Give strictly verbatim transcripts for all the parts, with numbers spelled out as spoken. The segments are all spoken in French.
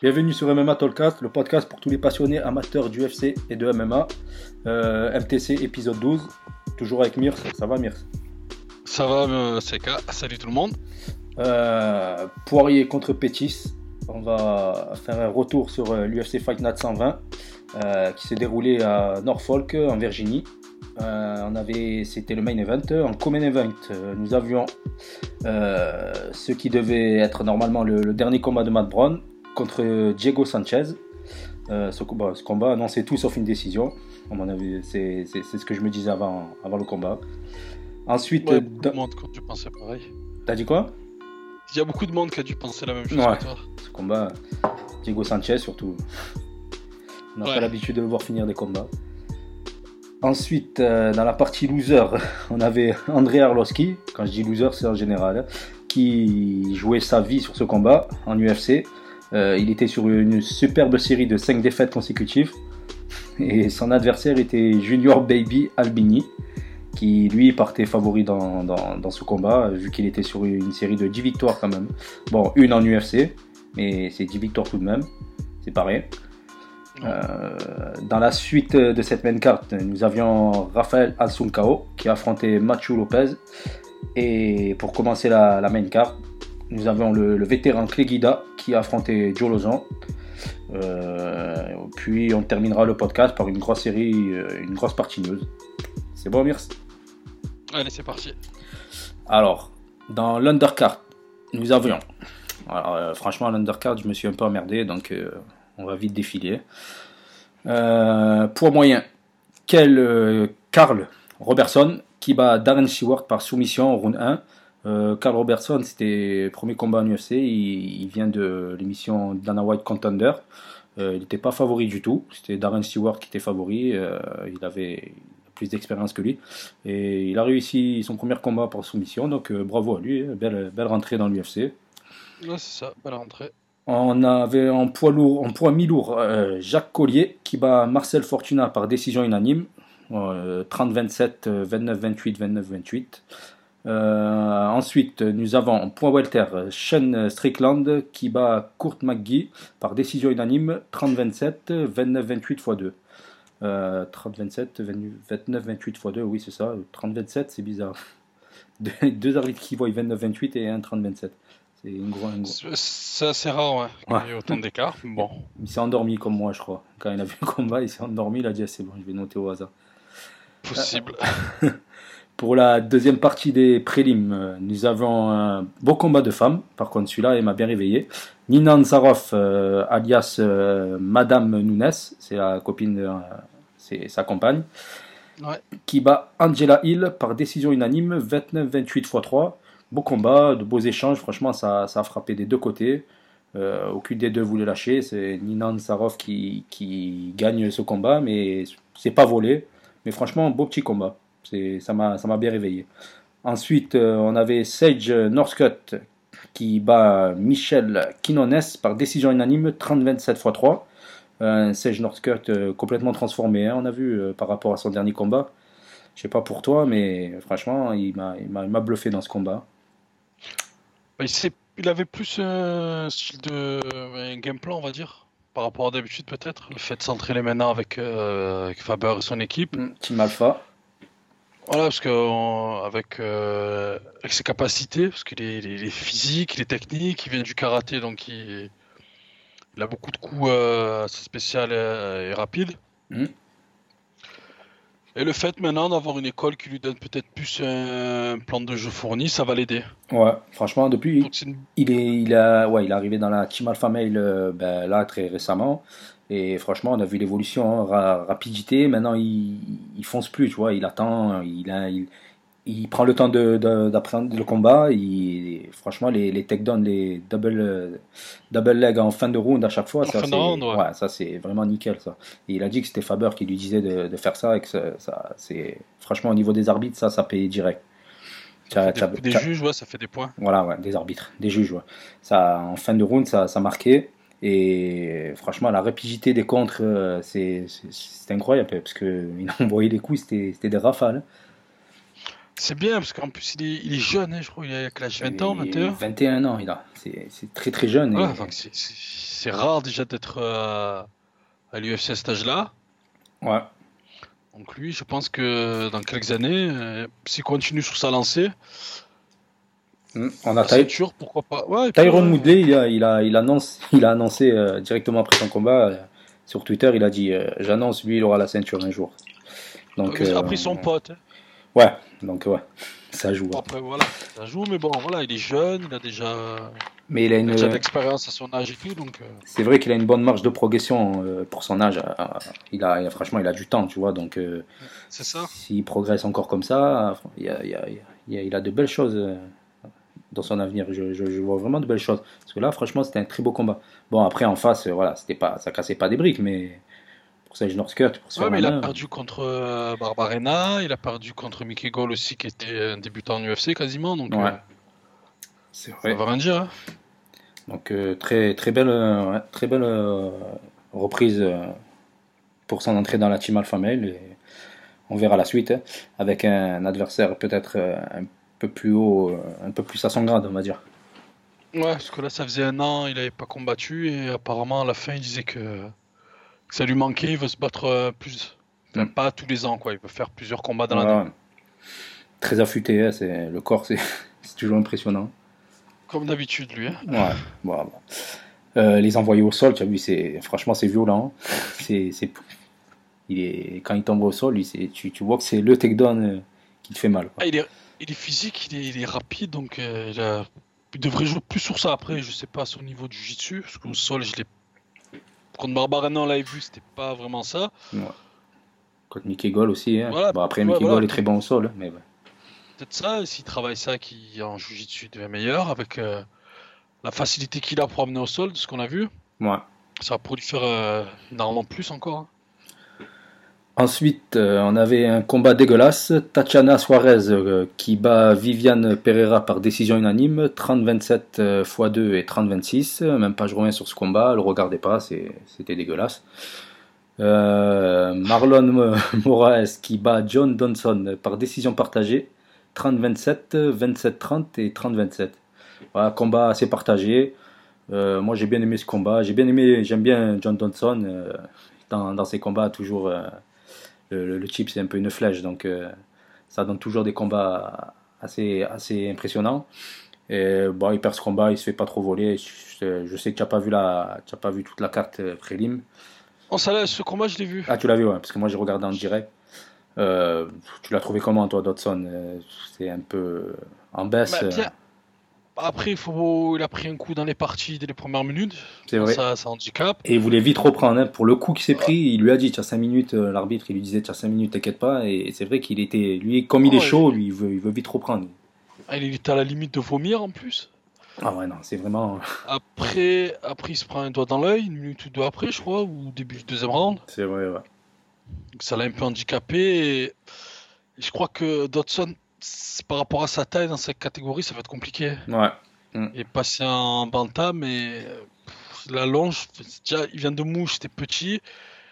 Bienvenue sur M M A Talkcast, le podcast pour tous les passionnés amateurs du U F C et de M M A. Euh, M T C épisode douze, toujours avec Mirs. Ça va Mirs? Ça va, euh, C K. Salut tout le monde. Euh, Poirier contre Pettis. On va faire un retour sur euh, l'U F C Fight Night cent vingt euh, qui s'est déroulé à Norfolk en Virginie. Euh, on avait, c'était le main event. En co-main event, euh, nous avions euh, ce qui devait être normalement le, le dernier combat de Matt Brown contre Diego Sanchez. Euh, ce, combat, ce combat annoncé tout sauf une décision. À mon avis, c'est, c'est, c'est ce que je me disais avant, avant le combat. Ensuite, ouais, beaucoup dans... de monde qui a dû penser pareil. T'as dit quoi? Il y a beaucoup de monde qui a dû penser la même chose ouais, que toi. Ce combat, Diego Sanchez surtout. On n'a ouais. pas l'habitude de le voir finir des combats. Ensuite, euh, dans la partie loser, on avait Andrei Arlovski, quand je dis loser, c'est en général, qui jouait sa vie sur ce combat en U F C. Euh, il était sur une superbe série de cinq défaites consécutives. Et son adversaire était Junior Baby Albini, qui lui partait favori dans, dans, dans ce combat, vu qu'il était sur une série de dix victoires quand même. Bon, une en U F C, mais c'est dix victoires tout de même, c'est pareil. Euh, dans la suite de cette main card, nous avions Rafael Assuncao qui affrontait Machu Lopez. Et pour commencer la, la main card, nous avions le, le vétéran Cleguida qui affrontait Joe Lozon. Euh, puis on terminera le podcast par une grosse série, une grosse partie news. C'est bon, Mirs? Allez, c'est parti. Alors, dans l'undercard, nous avions. Alors, euh, franchement, l'undercard, je me suis un peu emmerdé, donc euh, on va vite défiler. Euh, poids moyen, quel euh, Carl Robertson qui bat Darren Stewart par soumission au round un. Euh, Carl Robertson, c'était le premier combat en U F C, il, il vient de l'émission Dana White Contender. Euh, il n'était pas favori du tout, c'était Darren Stewart qui était favori, euh, il avait plus d'expérience que lui, et il a réussi son premier combat par soumission, donc euh, bravo à lui, belle, belle rentrée dans l'U F C. Ouais, c'est ça, belle rentrée. On avait en poids lourd, en poids mi-lourd, euh, Jacques Collier qui bat Marcel Fortuna par décision unanime, euh, trente vingt-sept, vingt-neuf vingt-huit, vingt-neuf vingt-huit. Euh, ensuite, nous avons en poids welter Sean Strickland qui bat Kurt McGee par décision unanime, trente vingt-sept, vingt-neuf vingt-huit fois deux. Euh, trente vingt-sept, vingt-neuf vingt-huit fois deux, oui c'est ça, trente vingt-sept c'est bizarre. Deux, deux arbitres qui voient vingt-neuf vingt-huit et un trente vingt-sept. C'est, une gros, une gros... c'est assez rare, ouais, qu'il ouais. y ait autant d'écart. Bon. Il s'est endormi comme moi, je crois. Quand il a vu le combat, il s'est endormi, il a dit ah, c'est bon, je vais noter au hasard. Possible. Euh, pour la deuxième partie des prélims, nous avons un beau combat de femmes. Par contre, celui-là, il m'a bien réveillé. Nina Ansaroff, euh, alias euh, Madame Nunes, c'est la copine, de, euh, c'est sa compagne, ouais. qui bat Angela Hill par décision unanime, vingt-neuf vingt-huit fois trois. Beau combat, de beaux échanges, franchement, ça, ça a frappé des deux côtés. Euh, aucune des deux voulait lâcher. C'est Nina Ansaroff qui, qui gagne ce combat, mais c'est pas volé. Mais franchement, beau petit combat. C'est, ça, m'a, ça m'a bien réveillé. Ensuite, euh, on avait Sage Northcutt qui bat Michel Quinones par décision unanime, trente vingt-sept fois trois. Euh, Sage Northcutt euh, complètement transformé, hein, on a vu euh, par rapport à son dernier combat. Je sais pas pour toi, mais franchement, il m'a, il m'a, il m'a bluffé dans ce combat. Il, il avait plus un euh, style de un game plan, on va dire, par rapport à d'habitude peut-être. Le fait de s'entraîner maintenant avec, euh, avec Faber et son équipe. Mmh, Team Alpha. Voilà, parce que euh, avec, euh, avec ses capacités, parce qu'il est, il est physique, il est technique, il vient du karaté, donc il, il a beaucoup de coups euh, assez spéciaux et, et rapides. Mmh. Et le fait maintenant d'avoir une école qui lui donne peut-être plus un plan de jeu fourni, ça va l'aider. Ouais, franchement, depuis, une... il est, il a, ouais, il est arrivé dans la Team Alpha Male euh, ben, là très récemment. Et franchement, on a vu l'évolution, hein, ra- rapidité. Maintenant, il, il fonce plus, tu vois. Il attend, il, a, il, il prend le temps de, de, d'apprendre le combat. Il, franchement, les, les takedowns, les double, double leg en fin de round à chaque fois, ça c'est, round, ouais. Ouais, ça c'est vraiment nickel, ça. Et il a dit que c'était Faber qui lui disait de, de faire ça et que ça, ça, c'est, franchement, au niveau des arbitres, ça, ça paye direct. Ça fait des, des juges, ouais, ça fait des points. Voilà, ouais, des arbitres, des juges, ouais. Ça, en fin de round, ça, ça marquait. Et franchement, la rapidité des contres, c'est, c'est, c'est incroyable parce qu'il a envoyé les coups, c'était, c'était des rafales. C'est bien parce qu'en plus il est, il est jeune, hein, je crois, il a quel âge, vingt ans, vingt et un. vingt et un ans, il a. C'est c'est très très jeune. Voilà, Et... donc c'est c'est- c'est rare déjà d'être euh, à l'U F C à cet âge-là. Ouais. Donc lui, je pense que dans quelques années, euh, s'il continue sur sa lancée, Mm. On a la Ty- ceinture, pourquoi pas. Ouais, et puis, Tyrone ouais, Woodley, il a, il a, il annonce, il a annoncé euh, directement après son combat euh, sur Twitter, il a dit euh, j'annonce, lui, il aura la ceinture un jour. ouais, Donc, mais euh, après son pote, hein. ouais, donc ouais, ça joue. Bon, Ouais. après voilà, ça joue, mais bon, voilà, il est jeune, il a déjà, Mais il a il a déjà de une, l'expérience à son âge et tout, donc. euh, c'est vrai qu'il a une bonne marge de progression euh, pour son âge. Euh, il a, il a- franchement, il a du temps, tu vois. Donc, euh, C'est ça. s'il progresse encore comme ça, il, y a, il, y a, il, y a, il a de belles choses euh, dans son avenir. Je, je, je vois vraiment de belles choses. Parce que là, franchement, c'était un très beau combat. Bon, après, en face, euh, voilà, c'était pas, ça cassait pas des briques, mais pour Sage Northcutt, pour se Ouais, faire mais la il a main. perdu contre euh, Barbarena, il a perdu contre Mickey Gall aussi, qui était un débutant en U F C quasiment, donc Ouais, euh, c'est ça vrai. veut rien dire, hein. Donc, euh, très, très belle, euh, ouais, très belle euh, reprise euh, pour son entrée dans la team Alpha Male. Et on verra la suite, hein, avec un adversaire peut-être euh, un peu plus haut, euh, un peu plus à son grade, on va dire. Ouais, parce que là, ça faisait un an, il avait pas combattu, et apparemment, à la fin, il disait que, que ça lui manquait, il veut se battre euh, plus. Enfin, Mm. pas tous les ans, quoi, il veut faire plusieurs combats dans l'année. Ouais, très affûté, hein, c'est, le corps, c'est, c'est toujours impressionnant. Comme d'habitude, lui, hein. Ouais, bon, bon. Euh, les envoyer au sol, tu as vu, c'est, franchement, c'est violent. C'est, c'est, il est, quand il tombe au sol, il, c'est, tu, tu vois que c'est le takedown euh, qui te fait mal, quoi. Ah, il est, il est physique, il est, il est rapide, donc euh, il, a- il devrait jouer plus sur ça. Après, je sais pas son niveau du jiu-jitsu, parce qu'au sol, je l'ai. Contre Barbarena, on l'avait vu, c'était pas vraiment ça. Ouais. Contre Mickey Gall aussi, hein. Voilà, Bon, après, ouais, Mickey voilà, Gall est très peut-être bon au sol, hein, mais ouais. peut-être ça, s'il travaille ça, qui en jiu-jitsu devient meilleur, avec euh, la facilité qu'il a pour amener au sol, de ce qu'on a vu, Ouais. ça va pour lui faire euh, énormément plus encore, hein. Ensuite, euh, on avait un combat dégueulasse. Tatiana Suarez euh, qui bat Viviane Pereira par décision unanime, trente vingt-sept euh, fois deux et trente vingt-six. Même pas je reviens sur ce combat, le regardez pas, c'est- c'était dégueulasse. Euh, Marlon Moraes qui bat John Donson par décision partagée, trente vingt-sept, vingt-sept trente et trente vingt-sept. Voilà, combat assez partagé. Euh, moi j'ai bien aimé ce combat, j'ai bien aimé, j'aime bien John Donson euh, dans, dans ses combats toujours. euh, le, le, le chip c'est un peu une flèche, donc euh, ça donne toujours des combats assez, assez impressionnants. Et bon, il perd ce combat, il se fait pas trop voler. Je, je sais que tu n'as pas vu la, tu as pas vu toute la carte euh, prélim. Oh, ça là, ce combat, je l'ai vu. Ah, tu l'as vu, ouais, parce que moi j'ai regardé en direct. Euh, tu l'as trouvé comment, toi, Dodson? Euh, C'est un peu en baisse. Bah, euh, bien. Après, il faut... il a pris un coup dans les parties dès les premières minutes. Je C'est pense que vrai. ça, ça handicape. Et il voulait vite reprendre, hein. Pour le coup qu'il s'est pris, il lui a dit, tu as cinq minutes, euh, l'arbitre, il lui disait, tu as cinq minutes, t'inquiète pas. Et c'est vrai qu'il était, lui, comme il est Oh, chaud, il... lui, il veut, il veut vite reprendre. ah, il était à la limite de vomir en plus. Ah ouais, non, c'est vraiment. Après, après, il se prend un doigt dans l'œil, une minute ou deux après, je crois, ou au début du deuxième round. C'est vrai, ouais. Donc ça l'a un peu handicapé. Et... et je crois que Dodson, c'est- par rapport à sa taille dans cette catégorie, ça va être compliqué. Ouais. Mm. Et passer en bantam, mais euh, pff, la longe, c'est déjà, il vient de Mouche, c'était petit.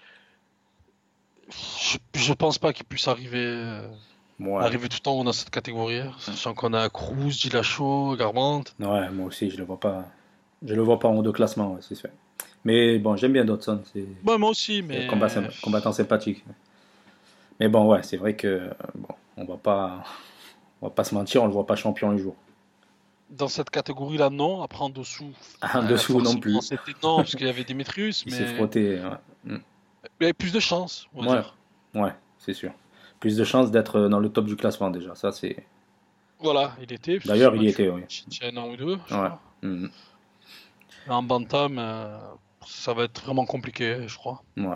Je, je pense pas qu'il puisse arriver, euh, Ouais. arriver tout en haut dans cette catégorie, hein. Sachant qu'on a Cruz, Dillashaw, Garbrandt. Ouais, moi aussi, je le vois pas. Je le vois pas en haut de classement, ouais, c'est sûr. Mais bon, j'aime bien Dodson, c'est Ouais, moi aussi, c'est un combat mais sympa- combattant sympathique. Mais bon, ouais, c'est vrai que euh, bon, on va pas, on va pas se mentir, on le voit pas champion un jour. dans cette catégorie-là, non. Après, en dessous, En euh, dessous non forcément, plus. c'était non, parce qu'il y avait Demetrius, Il s'est mais frotté. Ouais, Mm. il avait plus de chance, on va ouais, dire. ouais, c'est sûr. Plus de chances d'être dans le top du classement déjà. Ça, c'est. Voilà, il était, parce qu'il s'est D'ailleurs, il y battu était, oui. il y a un an ou deux, je Ouais. crois. Mm. Mais en bantam, euh, ça va être vraiment compliqué, je crois. Ouais.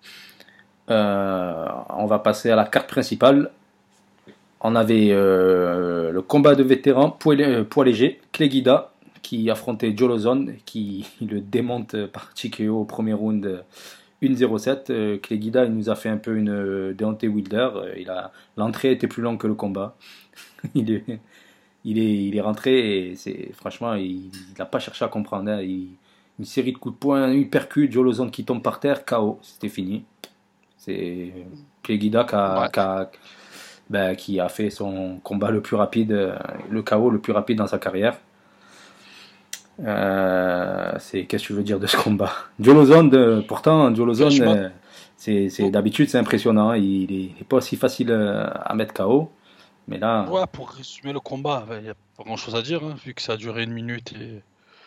Euh, on va passer à la carte principale. On avait euh, le combat de vétérans poids, euh, poids léger, Clay Guida qui affrontait Joe Lozon, qui le démonte par T K O au premier round euh, un zéro sept. Euh, Clay Guida, il nous a fait un peu une euh, Deontay Wilder. Euh, il a, l'entrée était plus longue que le combat. il, est, il, est, il est rentré et c'est, franchement, il n'a pas cherché à comprendre, hein. Il, une série de coups de poing, un uppercut, Joe Lozon qui tombe par terre, K O, c'était fini. C'est Clay Guida qui a, Ouais. qui a- ben, qui a fait son combat le plus rapide, euh, le K O le plus rapide dans sa carrière. Euh, c'est qu'est-ce que tu veux dire de ce combat? Jolozone, de, pourtant, Jolozone, euh, c'est, c'est d'habitude c'est impressionnant. Il est, il est pas aussi facile euh, à mettre K O, mais là, Ouais, pour résumer le combat, il n'y a pas grand-chose à dire, hein, vu que ça a duré une minute et,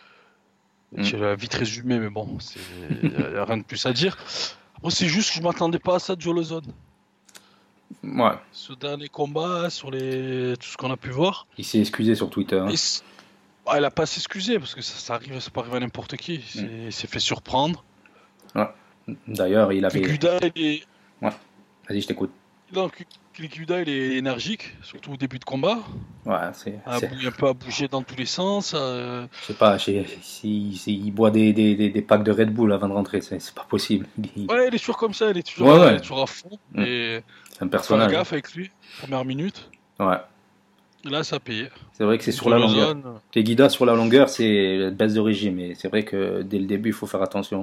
et mm, tu l'as vite résumé, mais bon, il n'y a, a rien de plus à dire. Après, c'est juste que je m'attendais pas à ça de Jolozone. ouais, Ce dernier combat, sur les... tout ce qu'on a pu voir, il s'est excusé sur Twitter. Hein. et c- ah, il a pas à s'excuser, parce que ça, ça arrive, ça peut arriver à n'importe qui. Il Mm, s'est il s'est fait surprendre. ouais. D'ailleurs, il avait. Klekuda, il est... Ouais, vas-y, je t'écoute. non, Klekuda, il est énergique, surtout au début de combat. Ouais, c'est, À c'est, bou- un peu à bouger dans tous les sens. euh, je sais pas, je sais- si, si- il boit des, des, des, des packs de Red Bull avant de rentrer, c'est, c'est pas possible. Il- Ouais, il est toujours comme ça, il est toujours, Ouais, à, il ouais, est toujours à fond. mm, Et c'est un faut faire personnage. gaffe avec lui, première minute. Ouais, Et là, ça a payé. c'est vrai que c'est sur la longueur. Jolozone, Les guidas sur la longueur, c'est baisse de régime, et c'est vrai que dès le début, il faut faire attention.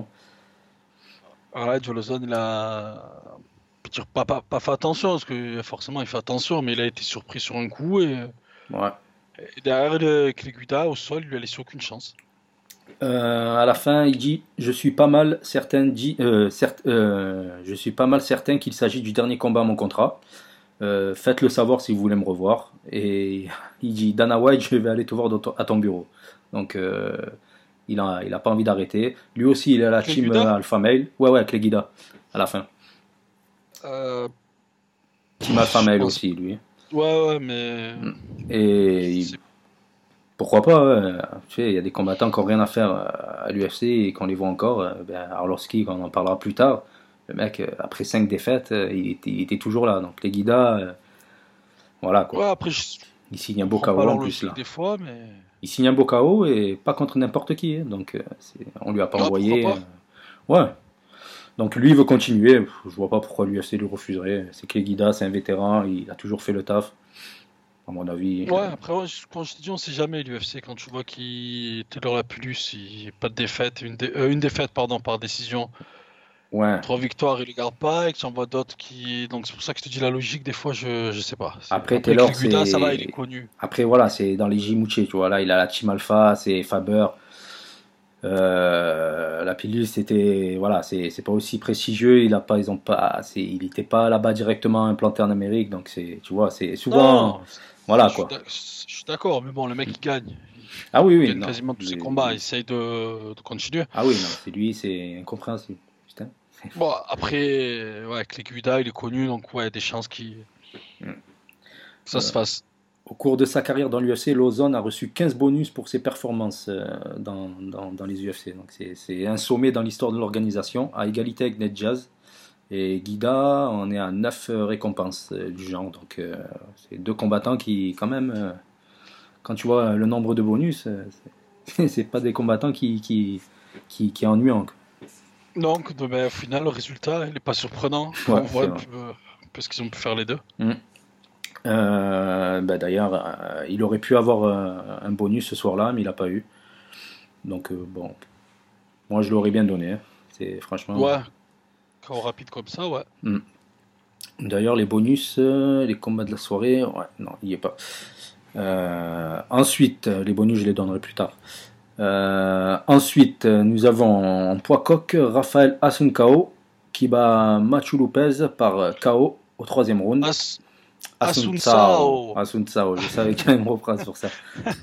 voilà, Jolozone, il a. Je peux dire pas, pas, pas fait attention, parce que forcément, il fait attention, mais il a été surpris sur un coup. Et, Ouais. et derrière, le Klekuda, au sol, il lui a laissé aucune chance. Euh, à la fin, il dit, je suis pas mal certain, dit, euh, cert- euh, je suis pas mal certain qu'il s'agit du dernier combat à mon contrat. Euh, faites-le savoir si vous voulez me revoir. Et il dit, Dana White, je vais aller te voir dans ton- à ton bureau. Donc, euh, il a, il a pas envie d'arrêter. Lui aussi, il est à la team Klekuda euh, Alpha Male. Ouais, ouais, avec les guidas, à la fin. euh, Team Alpha je Male pense. aussi, lui. Ouais, ouais, mais. Et il- c'est- pourquoi pas, ouais. Tu sais, il y a des combattants qui n'ont rien à faire euh, à l'U F C et qu'on les voit encore. euh, Ben, Arlovski, quand on en parlera plus tard, le mec, euh, après cinq défaites, euh, il était, il était toujours là. Donc les guidas, euh, voilà quoi. Ouais, après, je Il signe un beau comprends pas K O leur en plus logique là. des fois, mais. Il signe un beau K O et pas contre n'importe qui. Hein. Donc euh, c'est- on lui a pas Ouais, pourquoi envoyé. pas. euh, Ouais. Donc lui il veut continuer. Je vois pas pourquoi l'U F C lui refuserait. C'est que les guidas, c'est un vétéran, il a toujours fait le taf. À mon avis. Ouais, après, ouais, je- quand je te dis, on sait jamais l'U F C, quand tu vois qu'il Taylor Lapillus, il n'y a pas de défaite, une, dé- euh, une défaite pardon, par décision, Ouais. trois victoires, il les garde pas, et que tu en vois d'autres qui. Donc c'est pour ça que je te dis la logique, des fois, je, je sais pas. C'est- Après Après, Taylor, Klekuda, ça va, il est c'est. connu. Après, voilà, c'est dans les Jimuche, tu vois. Là, il a la Team Alpha, c'est Faber. Euh, la pilule, c'était. Voilà, c'est c'est pas aussi prestigieux. Il a pas, ils ont pas. c'est- Il était pas là-bas directement implanté en Amérique. Donc, c'est. Tu vois, c'est souvent. Non, Voilà, je suis quoi. d'ac- je suis d'accord, mais bon, le mec, il gagne. Ah oui, Il oui, gagne non. quasiment tous ses Mais- combats, il essaye de, de continuer. Ah oui, non, c'est lui, c'est incompréhensible. Putain. Bon, après, ouais, Klekuda, il est connu, donc ouais, des chances qu'il- que ça se Euh, fasse. Au cours de sa carrière dans l'U F C, Lawson a reçu quinze bonus pour ses performances euh, dans, dans, dans les U F C. Donc c'est c'est un sommet dans l'histoire de l'organisation, à égalité avec Ned Diaz. Et Guida, on est à neuf récompenses euh, du genre. Donc euh, c'est deux combattants qui, quand même, euh, quand tu vois le nombre de bonus, euh, c'est c'est pas des combattants qui, qui, qui, qui est ennuyant. Quoi. Donc, de- ben, au final, le résultat, il n'est pas surprenant. Ouais, On voit c'est un vrai. peu, un peu ce qu'ils ont pu faire les deux. Mm. Euh, bah, D'ailleurs, euh, il aurait pu avoir euh, un bonus ce soir-là, mais il n'a pas eu. Donc euh, bon, moi je l'aurais bien donné. Hein. C'est franchement. Ouais, K O rapide comme ça, ouais. Mm. D'ailleurs, les bonus, euh, les combats de la soirée, ouais, non, il n'y est pas. Euh, ensuite, euh, les bonus, je les donnerai plus tard. Euh, ensuite, euh, nous avons en poids coq Raphaël Asuncao qui bat Machu Lopez par euh, K O au troisième round. As Asuncao. Asuncao. Asuncao, je savais qu'il allait me reprendre sur ça.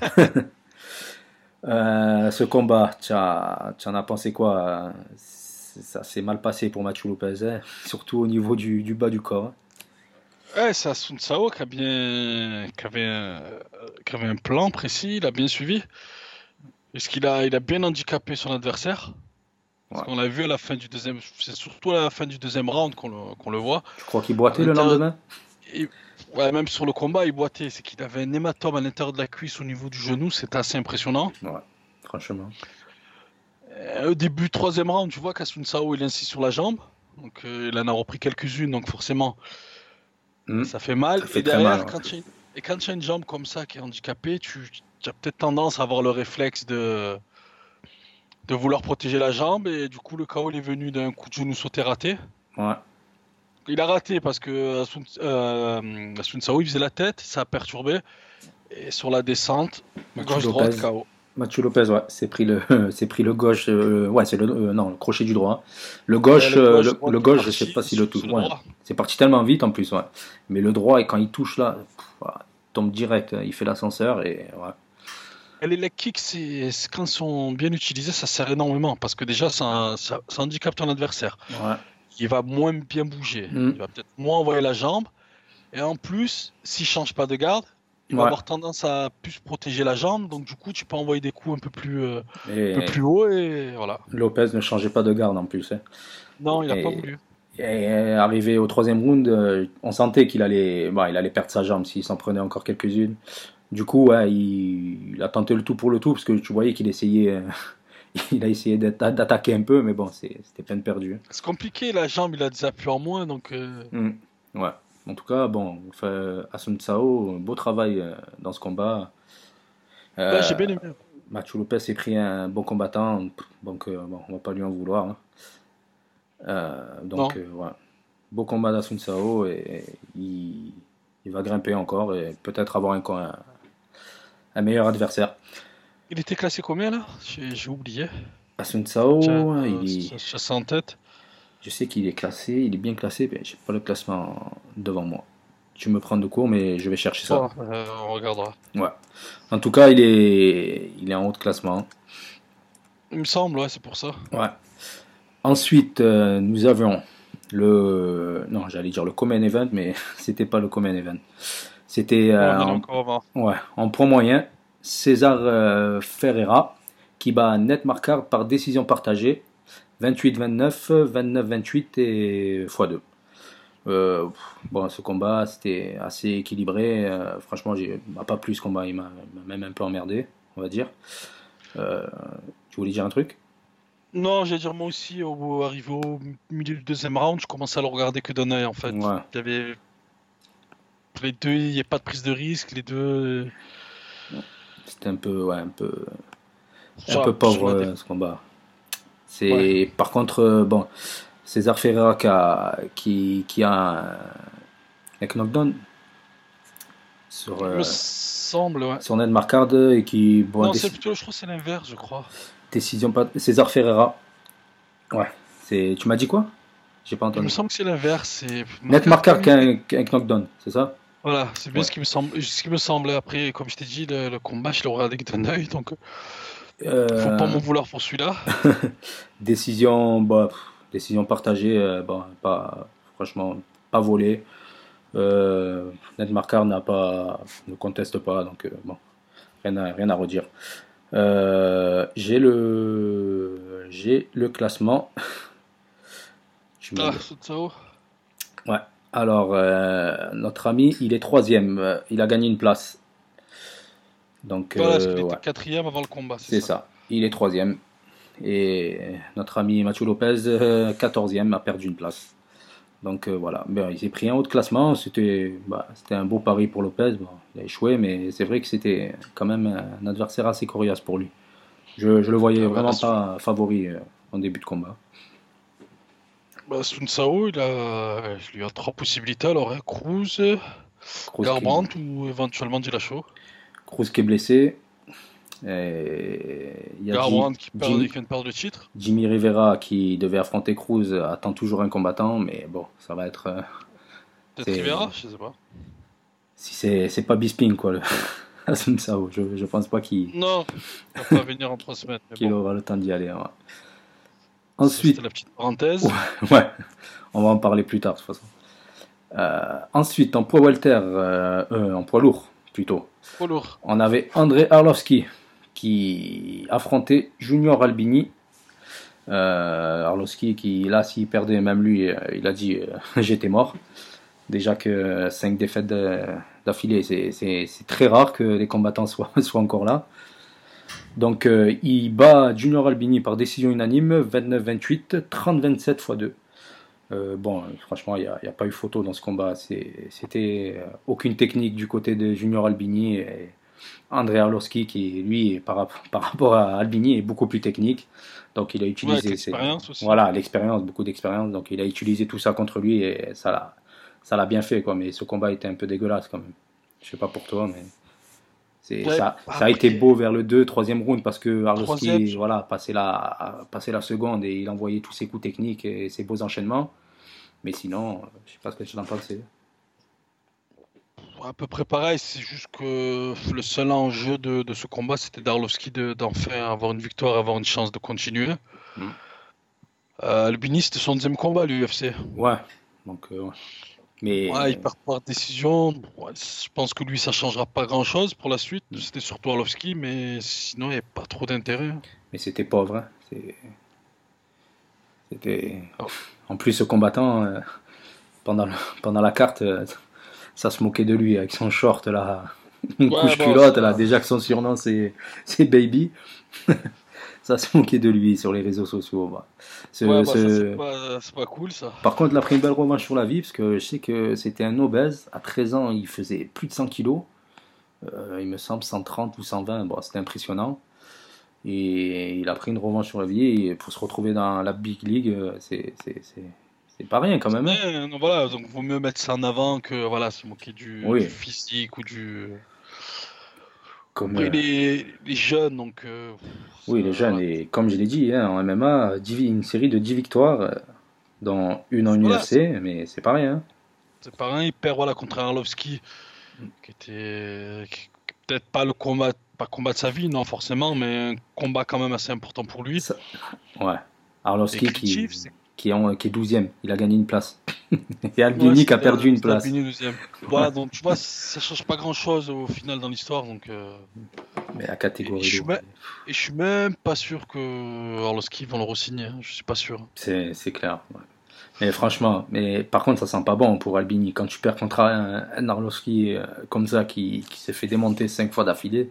Euh, ce combat, tu as- tu en as pensé quoi? euh, c'est- Ça s'est mal passé pour Machu Lopez, hein, surtout au niveau du, du bas du corps. Hein. Ouais, c'est Asuncao qui a bien, qui avait un, qui avait un plan précis, il a bien suivi. Est-ce qu'il a, il a bien handicapé son adversaire? Parce Ouais. qu'on l'a vu à la fin du deuxième, c'est surtout à la fin du deuxième round qu'on le, qu'on le voit. Tu crois qu'il À boitait le l'intérieur, lendemain? et- ouais, même sur le combat, il boitait. C'est qu'il avait un hématome à l'intérieur de la cuisse au niveau du genou, c'était assez impressionnant. Ouais, franchement. Euh, au début, troisième round, tu vois qu'Asuncao il insiste sur la jambe. Donc euh, il en a repris quelques-unes, donc forcément Hmm, ça fait mal. Ça fait Et très mal. derrière, Ouais. quand tu et quand tu as une jambe comme ça qui est handicapée, tu, tu as peut-être tendance à avoir le réflexe de, de vouloir protéger la jambe. Et du coup, le K O il est venu d'un coup de genou sauté raté. Ouais. Il a raté parce que Asun, euh, Asun Sao, il faisait la tête, ça a perturbé. Et sur la descente, Mathieu gauche-droite, Lopez, K O. Mathieu Lopez, ouais, c'est pris le, c'est pris le gauche, euh, ouais, c'est le, euh, non, le crochet du droit. Le Ouais, gauche, le euh, gauche, le, droite le qui est gauche, je sais parti, pas s'il le touche. c'est le Ouais, droit. c'est parti tellement vite en plus, ouais. Mais le droit, et quand il touche là, pff, voilà, il tombe direct, il fait l'ascenseur et ouais. Et les leg kicks, c'est, c'est- quand ils sont bien utilisés, ça sert énormément parce que déjà, ça, ça, ça handicape ton adversaire. Ouais. Il va moins bien bouger. Mm. Il va peut-être moins envoyer la jambe. Et en plus, s'il change pas de garde, il va Ouais. avoir tendance à plus protéger la jambe. Donc du coup, tu peux envoyer des coups un peu plus, euh, un peu Et plus haut et voilà. Lopez ne changeait pas de garde en plus, hein. Non, il n'a pas Et, voulu. et arrivé au troisième round, euh, on sentait qu'il allait, bon, il allait perdre sa jambe s'il s'en prenait encore quelques-unes. Du coup, ouais, il, il a tenté le tout pour le tout parce que tu voyais qu'il essayait, euh, il a essayé d'être- d'attaquer un peu, mais bon, c'est- c'était peine perdue. C'est compliqué, la jambe, il a des appuis en moins. Donc euh, Mm. Ouais. En tout cas, bon, enfin, Asun Sao, beau travail euh, dans ce combat. ouais, j'ai Euh, bien aimé. Mathieu Lopez s'est pris un bon combattant, donc euh, bon, on va pas lui en vouloir, hein. Euh, donc, Non, euh, ouais. Beau combat d'Asun Sao et il, il va grimper encore et peut-être avoir un, un, un meilleur adversaire. il était classé combien là? J'ai j'ai oublié. Asun Tiens, Sao, euh, il est, ça, ça, ça en tête. je sais qu'il est classé, il est bien classé, mais j'ai pas le classement devant moi. Tu me prends de court, mais je vais chercher ça. Bon, euh, on regardera. Ouais. En tout cas, il est, il est en haut de classement. Il me semble, ouais, c'est pour ça. Ouais. Ensuite, euh, nous avions le, non, j'allais dire le Common Event, mais c'était pas le Common Event. C'était Bon, euh, il y en a en, encore avant. ouais, en poids moyen, César euh, Ferreira qui bat Ned Marquardt par décision partagée, vingt-huit vingt-neuf, vingt-neuf vingt-huit et x deux. Euh, bon, ce combat c'était assez équilibré. Euh, franchement, j'ai m'a pas plu ce combat, il m'a il m'a même un peu emmerdé, on va dire. Euh, tu voulais dire un truc? Non, j'allais dire moi aussi, au, arrivé au milieu du deuxième round, je commençais à le regarder que d'un œil en fait. Ouais, Il y avait les deux, il n'y a pas de prise de risque, les deux. c'était un peu, ouais, un peu, un Sur, peu sur pauvre la dé- euh, ce combat. Ouais. C'est par contre euh, bon, César Ferreira qui a, qui, qui a un, un knockdown sur, Il me euh, semble, ouais. sur Ned Marquardt et qui bon Non, c'est déci- plutôt, je crois que c'est l'inverse, je crois. décision pas César Ferreira. Ouais, c'est tu m'as dit quoi? J'ai pas Il me entendu. semble que c'est l'inverse. C'est Ned Marquard Marquardt comme qui a il- un, qui a un knockdown, c'est ça? Voilà, c'est bien Ouais. ce qui me semble, ce qui me semblait. Après, comme je t'ai dit, le, le combat, je l'ai regardé que d'un œil, donc euh, faut pas Euh, m'en vouloir pour celui-là. décision bah, pff, décision partagée, euh, bon, pas franchement pas volée. Euh, Ned Marquardt n'a pas ne conteste pas, donc euh, bon, rien à, rien à redire. Euh, j'ai le j'ai le classement. Tu me Ah, le- Sutsao. Ouais. Alors euh, notre ami, il est troisième. Euh, il a gagné une place. Donc Voilà, parce qu'il euh, était ouais, quatrième avant le combat, c'est c'est ça. ça. Il est troisième. Et notre ami Mathieu Lopez, euh, quatorzième, a perdu une place. Donc euh, voilà. Ben, il s'est pris un haut de classement. C'était bah, c'était un beau pari pour Lopez. Bon, il a échoué, mais c'est vrai que c'était quand même un adversaire assez coriace pour lui. Je, je le voyais Ah bah, vraiment Sun- pas favori euh, en début de combat. bah, Sun Sao, il a, il lui a trois possibilités alors, hein, Cruz, Cruz qui, Garbrandt ou éventuellement Dillashaw. Cruz qui est blessé. Et il y a Ji- Garbrandt qui perd, qui Jimmy, vient de perdre le titre. Jimmy Rivera qui devait affronter Cruz attend toujours un combattant, mais bon, ça va être. euh, Peut-être c'est, Rivera, je sais pas. si c'est, c'est pas Bisping quoi, le Assun Sao. Je, je pense pas qu'il, Non, il va pas venir en trois semaines, mais qu'il bon, aura le temps d'y aller, hein. ça, c'était Ensuite, la petite parenthèse. ouais, on va en parler plus tard de toute façon. Euh, ensuite, en poids welter, euh, euh, en poids lourd plutôt, Trop lourd. on avait André Arlovski qui affrontait Junior Albini. Euh, Arlovski qui là s'il perdait même lui euh, il a dit euh, j'étais mort. Déjà que cinq défaites de- d'affilée c'est, c'est, c'est très rare que les combattants soient, soient encore là. Donc euh, il bat Junior Albini par décision unanime vingt-neuf vingt-huit, trente vingt-sept fois deux. Euh, bon, franchement, il n'y a, a pas eu photo dans ce combat. C'est, c'était euh, aucune technique du côté de Junior Albini. Et Andrei Arlovski qui, lui, par, par rapport à Albini, est beaucoup plus technique. Donc il a utilisé Ouais, ses- l'expérience aussi. voilà, l'expérience, beaucoup d'expérience. Donc il a utilisé tout ça contre lui et ça l'a, ça l'a bien fait, quoi. Mais ce combat était un peu dégueulasse quand même. Je sais pas pour toi, mais c'est, Ouais, ça, ça a été après, beau vers le deux troisième round parce que troisième, Arlovski, je- voilà, passait la, passait la seconde et il envoyait tous ses coups techniques et ses beaux enchaînements. Mais sinon, euh, je sais pas ce que tu en penses. à peu près pareil, c'est juste que le seul enjeu de, de ce combat, c'était d'Arlovski de- d'enfin avoir une victoire, avoir une chance de continuer. Hmm. Euh, Albini, c'était son deuxième combat à l'U F C. Ouais, donc, euh, ouais. Ouais, il Mais, perd par décision. Ouais, je pense que lui, ça changera pas grand-chose pour la suite. C'était surtout Arlovski, mais sinon, il n'y a pas trop d'intérêt. mais c'était pauvre. Hein. C'est- C'était. Oh. En plus, ce combattant, euh, pendant, le- pendant la carte, euh, ça se moquait de lui avec son short là, une Ouais, couche bon, culotte là. ça... Déjà que son surnom c'est, c'est Baby. Ça se moquait de lui sur les réseaux sociaux. Bah. Ce- Ouais, bah, ça, c'est ce- pas... c'est pas cool, ça. Par contre, il a pris une belle revanche sur la vie parce que je sais que c'était un obèse. À treize ans, il faisait plus de cent kilos. Euh, il me semble cent trente ou cent vingt. Bon, c'était impressionnant. Et il a pris une revanche sur la vie. Et pour se retrouver dans la Big League, euh, c'est, c'est, c'est, c'est pas rien quand même. Hein. Mais, non, voilà, donc vaut mieux mettre ça en avant que voilà, se moquer du, du Oui, physique ou du. comme, Après, euh, les, les jeunes, donc. euh, oui, ça, les jeunes. voilà. Et comme je l'ai dit, hein, en M M A, dix vi- une série de dix victoires, euh, dont une en Voilà, c'est U F C, mais c'est pas rien. Hein. c'est pareil, il perd voilà, contre Arlovski, qui était. qui- qui- peut-être pas le combat, pas combat de sa vie, non, forcément, mais un combat quand même assez important pour lui. Ça- ouais. Et Arlovski Krejciev, qui, c'est. qui, est en- qui est douzième, il a gagné une place. Et Ouais, Albini qui a c'était perdu une c'était place. Albini deuxième. Voilà, donc tu vois, ça change pas grand-chose au final dans l'histoire, donc. euh, Mais la Et catégorie je suis lourde, même, et je suis même pas sûr que Arlovski vont le re-signer, hein. Je suis pas sûr. c'est c'est clair. Ouais. Mais franchement, mais par contre, ça sent pas bon pour Albini. Quand tu perds contre un, un Arlovski euh, comme ça qui, qui s'est fait démonter cinq fois d'affilée,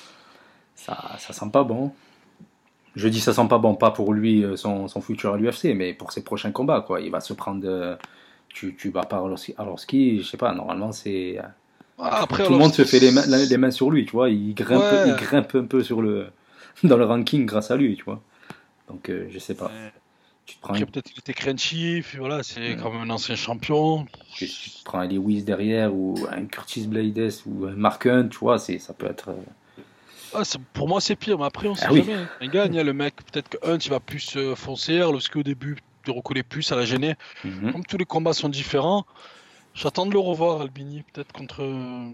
ça, ça sent pas bon. Je dis ça sent pas bon, pas pour lui, euh, son, son futur à l'U F C, mais pour ses prochains combats, quoi. Il va se prendre. euh, tu, tu vas pas Arlovski, Arlovski, je sais pas, normalement, c'est. Ah, Tout, après, tout le monde se Arlovski, fait les mains, les mains sur lui, tu vois. Il grimpe, il ouais. grimpe un peu sur le, dans le ranking grâce à lui, tu vois. Donc, euh, je sais pas. Ouais. Tu te prends, Après, un- peut-être qu'il était crunchy, puis voilà, c'est Hmm. quand même un ancien champion. tu, tu te prends un Lewis derrière ou un Curtis Blades ou un Mark Hunt, tu vois, c'est, ça peut être. euh, Ah, c'est- pour moi, c'est pire, mais après, on sait Ah oui. jamais, hein. Il gagne, hein, le mec. Peut-être que Hunt, il va plus euh, foncer, Arlovski, au début, il recollait plus, ça l'a gêné. Mhm. Comme tous les combats sont différents, j'attends de le revoir, Albini, peut-être contre euh,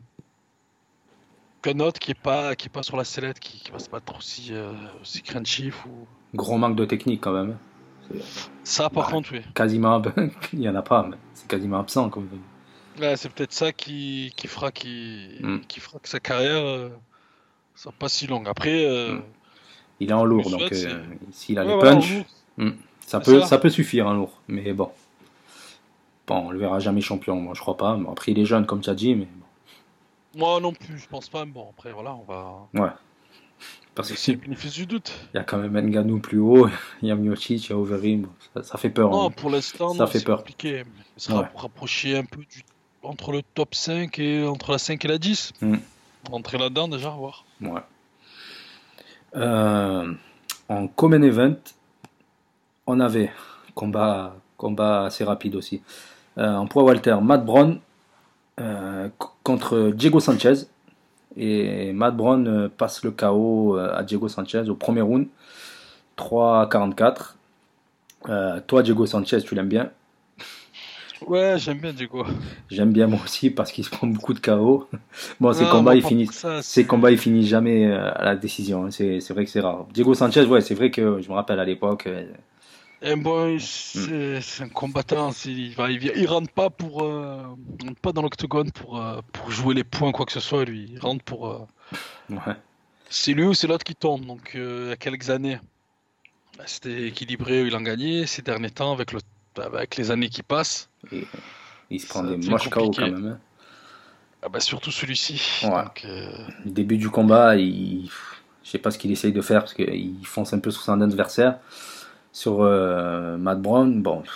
qu'un autre qui est pas, qui est pas sur la sellette, qui, qui va se battre aussi, euh, aussi crunchy ou. Gros manque de technique quand même. C'est Ça, par bah, contre, oui. quasiment, il y en a pas, mais c'est quasiment absent. Comme... Ouais, c'est peut-être ça qui, qui fera qui, Mm. qui fera que sa carrière euh, soit pas si longue. Après, euh, Mm. Il est en ce qu'on lui lourd, donc souhaite, euh, c'est. s'il a Ouais, les voilà, en punch, lourd, mm, ça, c'est peut, ça. ça peut suffire en lourd. Mais bon, bon, on le verra jamais champion, moi je crois pas. Bon, après, il est jeune, comme tu as dit, mais Moi non plus, je pense pas. Mais bon, après, voilà, on va. bon, ouais. Parce C'est que c'est le bénéfice du doute. il y a quand même Ngannou plus haut, il y a Miocic, il y a Overeem, ça, ça fait peur. Non, Hein. pour l'instant, Ça non, fait c'est peur. compliqué. Mais il se Ouais. rapp- rapprocher un peu du, entre le top cinq et entre la cinq et la dix. Mm. Rentrer là-dedans déjà, voir. Ouais. Euh, en Common Event, on avait combat, combat assez rapide aussi. Euh, en poids Walter, Matt Brown euh, c- contre Diego Sanchez. Et Matt Brown euh, passe le K O euh, à Diego Sanchez au premier round, trois à quarante-quatre. Euh, toi, Diego Sanchez, tu l'aimes bien. Ouais, j'aime bien Diego. J'aime bien moi aussi parce qu'il se prend beaucoup de K O. Bon, ces Non, combats, moi, ils pas finissent. pour ça. Ces C'est. combats, ils finissent jamais euh, à la décision. hein. C'est, c'est vrai que c'est rare. Diego Sanchez, ouais, c'est vrai que je me rappelle à l'époque. euh, Et bon, hmm, c'est c'est un combattant, c'est- il, va, il, vient- il rentre pas pour, euh, il rentre pas dans l'octogone pour, euh, pour jouer les points, quoi que ce soit, lui. Il rentre pour, euh, ouais. c'est lui ou c'est l'autre qui tombe. Donc, euh, il y a quelques années, bah, c'était équilibré, il en gagnait. Ces derniers temps, avec le, avec les années qui passent, Et il se prend ça des devient moches K O quand compliqué. même. hein. Ah bah, surtout celui-ci. Ouais. Donc, euh, Le début du combat, il... je sais pas ce qu'il essaye de faire parce qu'il fonce un peu sur son adversaire. Sur euh, Matt Brown, bon,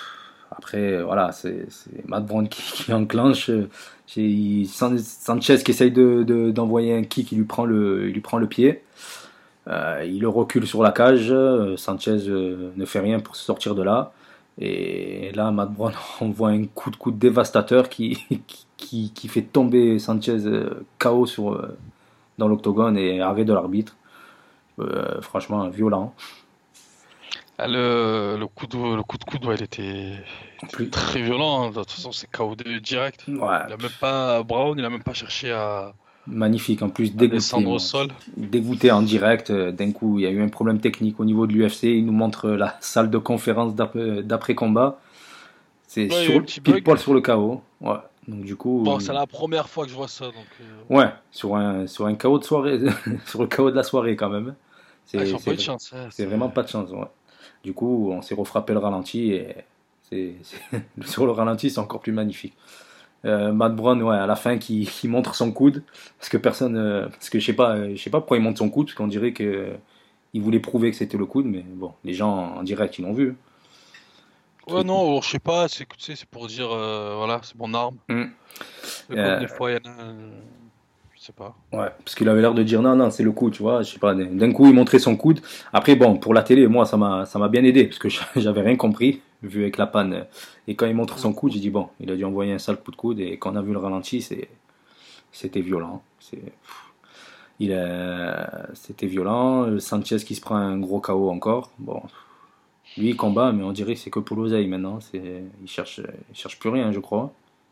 après, voilà, c'est, c'est Matt Brown qui, qui enclenche. J'ai Sanchez qui essaye de, de, d'envoyer un kick, il lui prend le, il lui prend le pied. Euh, il le recule sur la cage. Sanchez euh, ne fait rien pour se sortir de là. Et là, Matt Brown envoie un coup de coude dévastateur qui, qui, qui fait tomber Sanchez euh, K O sur, euh, dans l'octogone et arrêt de l'arbitre. Euh, franchement, violent. Ah, le, le coup de, le coup de coude, ouais, il était, était Plus... très violent. Hein. De toute façon, c'est K O direct. Ouais. Il a même pas, Brown, il a même pas cherché à, Magnifique, en plus à dégoûté. descendre au sol. Dégoûté en direct. D'un coup, il y a eu un problème technique au niveau de l'U F C. Il nous montre la salle de conférence d'après, d'après-combat. C'est Ouais, sur, pile bug. poil sur le K O. Ouais. Donc du coup. Bon, c'est la première fois que je vois ça. Donc, euh... Ouais, sur un, sur un K O de soirée, sur le K O de la soirée quand même. C'est, ah, ils c'est, ont pas eu de chance. Ouais, c'est, c'est vraiment pas de chance. Ouais. Du coup, on s'est refrappé le ralenti et c'est, c'est, sur le ralenti, c'est encore plus magnifique. Euh, Matt Brown, ouais, à la fin, qui, qui montre son coude, parce que personne, euh, parce que je sais pas, je sais pas pourquoi il montre son coude, parce qu'on dirait que euh, il voulait prouver que c'était le coude, mais bon, les gens en direct, ils l'ont vu. Ouais, non, alors, je sais pas, c'est, tu sais, c'est pour dire, euh, voilà, c'est mon arme. Mm. Mais comme euh... des fois, il y en a. Euh... Je sais pas. Ouais, parce qu'il avait l'air de dire non, non, c'est le coude, tu vois. Je sais pas. D'un coup, il montrait son coude. Après, bon, pour la télé, moi, ça m'a, ça m'a bien aidé parce que j'avais rien compris vu avec la panne. Et quand il montre son coude, j'ai dit bon, il a dû envoyer un sale coup de coude. Et quand on a vu le ralenti, c'est, c'était violent. C'est, il a, c'était violent. Sanchez qui se prend un gros K O encore. Bon, lui il combat, mais on dirait que c'est que pour l'oseille maintenant. C'est, il cherche, il cherche plus rien, je crois.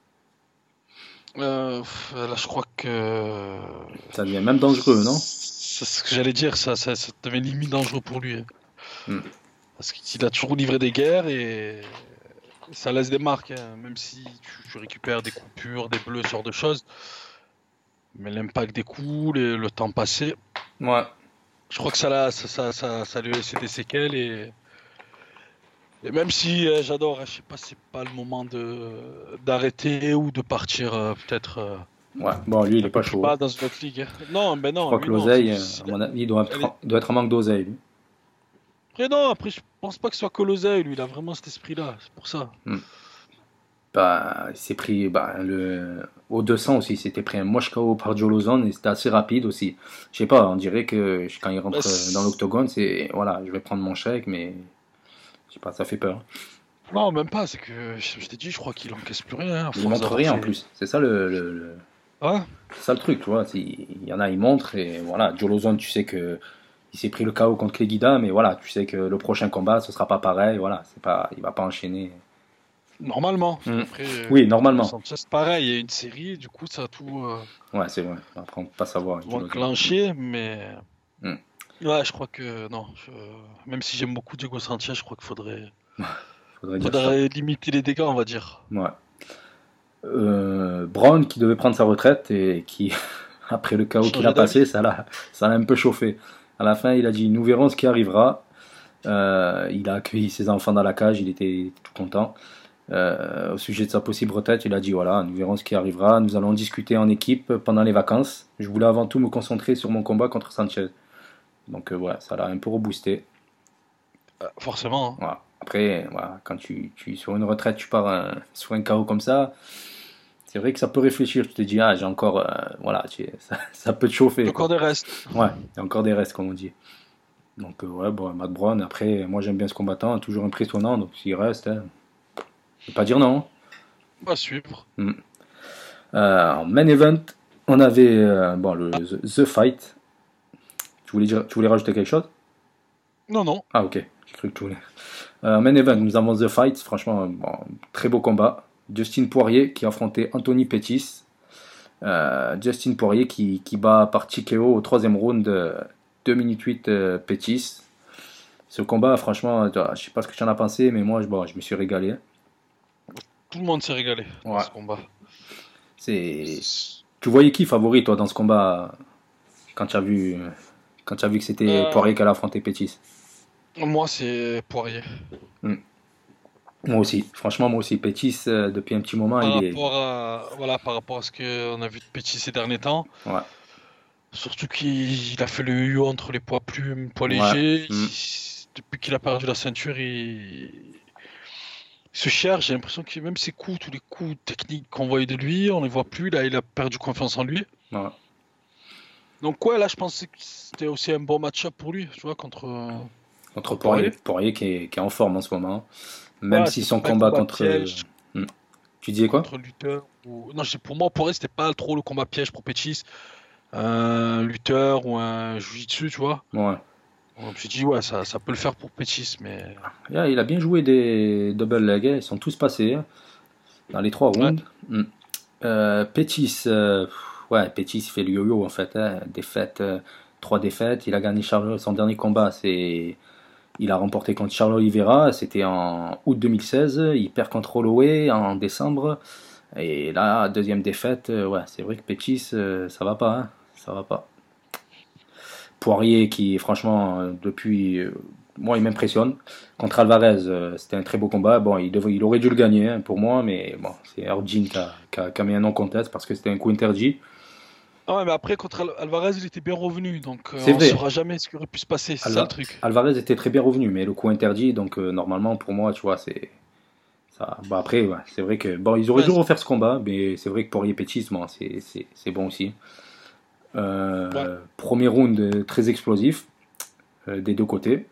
Euh, là, je crois que ça devient même dangereux, non? C'est ce que j'allais dire, ça, ça, ça devient limite dangereux pour lui. Hein. Mm. Parce qu'il a toujours livré des guerres et ça laisse des marques, hein. Même si tu, tu récupères des coupures, des bleus, ce genre de choses. Mais l'impact des coups, les, le temps passé, ouais. Je crois que ça, là, ça, ça, ça, ça lui a laissé des séquelles et. Et même si euh, j'adore, je sais pas, c'est pas le moment de d'arrêter ou de partir euh, peut-être. Euh, ouais, bon, lui il est pas chaud. Pas dans une autre ligue. Non, mais non. Je crois lui, que l'oseille, non, à mon avis, il doit être, est... doit être en manque d'oseille. Lui. Après, non, après, je pense pas que ce soit que l'oseille, lui, il a vraiment cet esprit-là, c'est pour ça. Hmm. Bah, il s'est pris bah, le... au deux cents aussi, il s'était pris un moche K O par Joe Lauzon et c'était assez rapide aussi. Je sais pas, on dirait que quand il rentre bah, dans l'octogone, c'est voilà, je vais prendre mon chèque, mais. Je sais pas, ça fait peur. Non, même pas, c'est que je t'ai dit, je crois qu'il encaisse plus rien. Il montre rien fait... en plus, c'est ça le. le, le... Ouais. C'est ça le truc, tu vois. Il y en a, il montre et voilà. Joe Lauzon, tu sais que il s'est pris le K O contre Cleguida, mais voilà, tu sais que le prochain combat, ce sera pas pareil. Voilà, c'est pas, il va pas enchaîner. Normalement. Mmh. Après, oui, normalement. C'est pareil, il y a une série, du coup, ça a tout. Euh... Ouais, c'est vrai. Après, on peut pas savoir. Tout enclenché, mais. Mmh. Ouais, je crois que non. Je... Même si j'aime beaucoup Diego Sanchez, je crois qu'il faudrait. faudrait, faudrait limiter les dégâts, on va dire. Ouais. Euh, Brown qui devait prendre sa retraite et qui, après le K O qu'il a passé, ça l'a, ça l'a un peu chauffé. À la fin, il a dit nous verrons ce qui arrivera. Euh, il a accueilli ses enfants dans la cage, il était tout content. Euh, au sujet de sa possible retraite, il a dit voilà, nous verrons ce qui arrivera. Nous allons discuter en équipe pendant les vacances. Je voulais avant tout me concentrer sur mon combat contre Sanchez. Donc euh, voilà, ça l'a un peu reboosté. Euh, forcément. Hein. Voilà. Après, voilà, quand tu, tu sur une retraite, tu pars un, sur un K O comme ça, c'est vrai que ça peut réfléchir. Tu te dis, ah, j'ai encore. Euh, voilà, tu, ça, ça peut te chauffer. Il y a encore des restes. Ouais, il y a encore des restes, comme on dit. Donc, euh, ouais, bon, Matt Brown, après, moi j'aime bien ce combattant, toujours impressionnant, donc s'il reste, hein, je ne vais pas dire non. On va suivre. Mm. Euh, en main event, on avait euh, bon, le, the, the Fight. Tu voulais, dire, tu voulais rajouter quelque chose? Non, non. Ah, ok, j'ai cru que tu voulais. Euh, main event, nous avons The Fight, franchement, bon, très beau combat. Justin Poirier qui affrontait Anthony Pettis. Euh, Justin Poirier qui, qui bat par T K O au troisième round, euh, deux minutes huit euh, Pettis. Ce combat, franchement, je ne sais pas ce que tu en as pensé, mais moi, je, bon, je me suis régalé. Tout le monde s'est régalé dans ouais. ce combat. C'est... Tu voyais qui favori, toi, dans ce combat, quand tu as vu, quand tu as vu que c'était euh... Poirier qui allait affronter Pettis? Moi, c'est Poirier. Mm. Moi aussi. Franchement, moi aussi. Pettis, euh, depuis un petit moment, par il rapport est... À, voilà, par rapport à ce qu'on a vu de Pettis ces derniers temps. Ouais. Surtout qu'il a fait le yo entre les poids plumes, poids ouais. légers. Mm. Il, depuis qu'il a perdu la ceinture, il... il se cherche, j'ai l'impression que même ses coups, tous les coups techniques qu'on voyait de lui, on les voit plus. Là, il a perdu confiance en lui. Ouais. Donc ouais, là, je pensais que c'était aussi un bon match-up pour lui, tu vois, contre, euh, Contre contre Poirier, Poirier. Poirier qui est, qui est en forme en ce moment. Même Ouais, si c'était son pas un combat combat contre. piège Hmm. Tu disais quoi? contre lutteur. Ou... Non, je dis, pour moi, Poirier, c'était pas trop le combat piège pour Pettis. Un lutteur ou un jiu-jitsu, tu vois. Ouais. Donc, je me suis dit, ouais, ça, ça peut le faire pour Pettis, mais... Yeah, il a bien joué des double legs, hein. Ils sont tous passés hein, dans les trois Ouais, rounds. Hmm. Euh, Pettis, euh, ouais, Pettis il fait le yo-yo en fait. Hein. Défaite, euh, trois défaites. Il a gagné Charles, son dernier combat, c'est il a remporté contre Charles Oliveira, c'était en août deux mille seize. Il perd contre Holloway en décembre. Et là, deuxième défaite, euh, ouais, c'est vrai que Pettis, euh, ça va pas, hein, ça va pas. Poirier qui, franchement, euh, depuis, euh, moi, il m'impressionne. Contre Alvarez, euh, c'était un très beau combat. Bon, il, devait, il aurait dû le gagner hein, pour moi, mais bon, c'est Arjin qui a, qui a- qui a mis un non-contest parce que c'était un coup interdit. ah ouais, mais après, contre Al- Alvarez, il était bien revenu, donc euh, C'est on vrai, saura jamais ce qui aurait pu se passer, c'est ça le Alva- truc. Alvarez était très bien revenu, mais le coup interdit, donc euh, normalement, pour moi, tu vois, c'est ça. Bon, après, ouais, c'est vrai que bon, ils auraient Ouais, dû c'est- refaire ce combat, mais c'est vrai que Poirier Pettis, bon, c'est c'est- c'est bon aussi. ouais. Euh, premier round euh, très explosif euh, des deux côtés.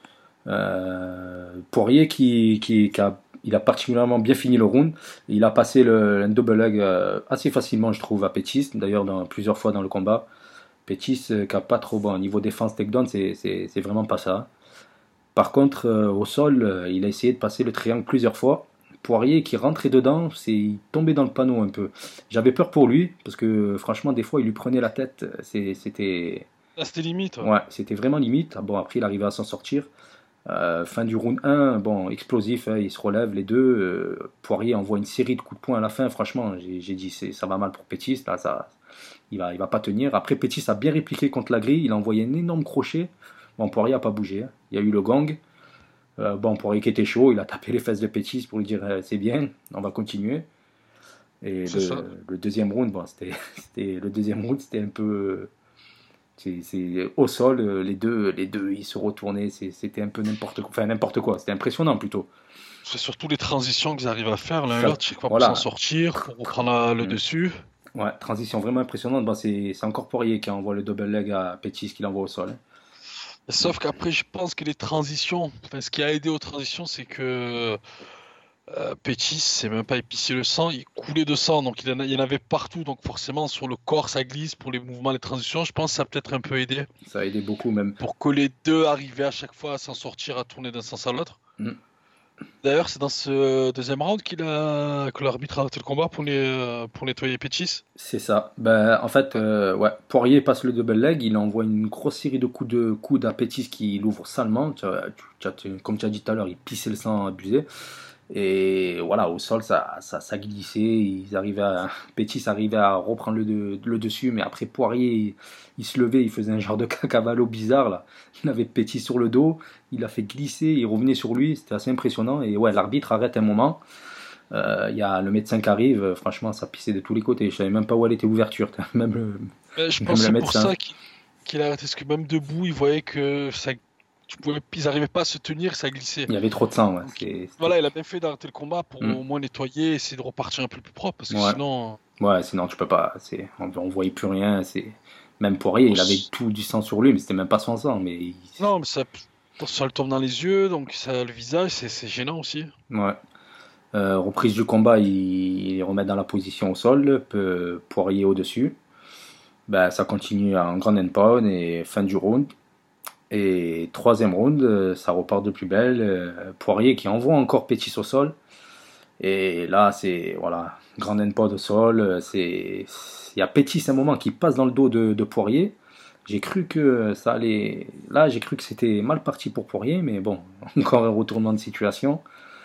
Euh, Poirier qui, qui, qui a, il a particulièrement bien fini le round. Il a passé le un double leg euh, assez facilement, je trouve, à Pettis. D'ailleurs, dans, plusieurs fois dans le combat. Pettis euh, qui a pas trop bon niveau défense takedown, c'est, c'est, c'est vraiment pas ça. Par contre, euh, au sol, euh, il a essayé de passer le triangle plusieurs fois. Poirier qui rentrait dedans, c'est tombé dans le panneau un peu. J'avais peur pour lui parce que franchement, des fois, il lui prenait la tête. C'est, c'était, Là, c'était limite, ouais. ouais, c'était vraiment limite. Bon, après, il arrivait à s'en sortir. Euh, fin du round un, bon, explosif, hein, ils se relèvent les deux. Euh, Poirier envoie une série de coups de poing à la fin. Franchement, j'ai, j'ai dit c'est, ça va mal pour Pettis. Là, ça, il va, il va pas tenir. Après, Pettis a bien répliqué contre la grille. Il a envoyé un énorme crochet. Bon, Poirier a pas bougé. Hein. Il y a eu le gang. Euh, bon, Poirier qui était chaud, il a tapé les fesses de Pettis pour lui dire euh, c'est bien, on va continuer. Et C'est ça. le, le deuxième round, bon, c'était, c'était le deuxième round, c'était un peu c'est, c'est au sol, euh, les deux, les deux, ils se retournaient, c'est- c'était un peu n'importe quoi, enfin n'importe quoi, c'était impressionnant plutôt. C'est surtout les transitions qu'ils arrivent à faire l'un et Ça- l'autre, chaque fois pour s'en voilà. sortir, pour reprendre la- le Mm. dessus. Ouais, transition vraiment impressionnante. Bon, c'est, c'est encore Poirier qui envoie le double leg à Pettis qui l'envoie au sol. Hein. Sauf qu'après, je pense que les transitions, enfin, ce qui a aidé aux transitions, c'est que euh, Pettis, c'est même pas épicé le sang, il coulait de sang, donc il y en, a- il y en avait partout, donc forcément sur le corps ça glisse pour les mouvements, les transitions. Je pense que ça a peut-être un peu aidé Ça a aidé beaucoup même. pour que les deux arrivaient à chaque fois à s'en sortir, à tourner d'un sens à l'autre. Mm. D'ailleurs, c'est dans ce deuxième round qu'il a que l'arbitre a arrêté le combat pour, les, euh, pour nettoyer Pettis. C'est ça. Ben, en fait, euh, ouais, Poirier passe le double leg, il envoie une grosse série de coups de coude à Pettis qui l'ouvre salement. Tu vois, tu- tu as- tu- comme tu as dit tout à l'heure, il pissait le sang abusé. Et voilà, au sol, ça, ça, ça glissait. Ils arrivaient à, Pettis arrivait à reprendre le, de- le dessus, mais après Poirier, il, il se levait, il faisait un genre de cavalo bizarre là. Il avait Pettis sur le dos, il l'a fait glisser, il revenait sur lui, c'était assez impressionnant. Et ouais, l'arbitre arrête un moment. Euh, Il y a le médecin qui arrive, euh, franchement, ça pissait de tous les côtés. Je savais même pas où elle était l'ouverture, même le, Mais je même pense que le c'est pour médecin. ça qu'il qu'il a arrêté, parce que même debout, il voyait que ça, tu pouvais, ils n'arrivaient pas à se tenir, ça glissait. Il y avait trop de sang, ouais. Donc, C'est- voilà, il a bien fait d'arrêter le combat pour Mm. au moins nettoyer, essayer de repartir un peu plus propre, parce que Ouais. sinon, Ouais, sinon tu peux pas. C'est, on, on voyait plus rien. C'est même Poirier, il avait tout du sang sur lui, mais c'était même pas son sang. Mais il- non, mais ça, ça le tombe dans les yeux, donc ça, le visage, c'est c'est gênant aussi. ouais. Euh, reprise du combat, il, il remet dans la position au sol, peu- Poirier au-dessus. Ben, ça continue en grand and pound et fin du round. Et troisième round, euh, ça repart de plus belle. euh, Poirier qui envoie encore Pettis au sol. Et là, c'est voilà, grand and pound au sol. euh, C'est, il y a Pettis à un moment qui passe dans le dos de, de Poirier. J'ai cru que ça allait. Là, j'ai cru que c'était mal parti pour Poirier, mais bon, encore un retournement de situation.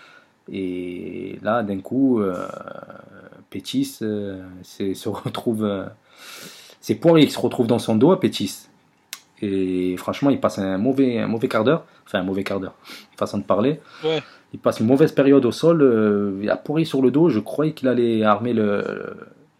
Et là, d'un coup, euh, Pettis euh, c'est- se retrouve. euh, c'est Poirier qui se retrouve dans son dos à Pettis. Et franchement, il passe un mauvais, un mauvais quart d'heure. Enfin, un mauvais quart d'heure, façon de parler. Ouais, Il passe une mauvaise période au sol. euh, il a Poirier sur le dos. Je croyais qu'il allait armer le.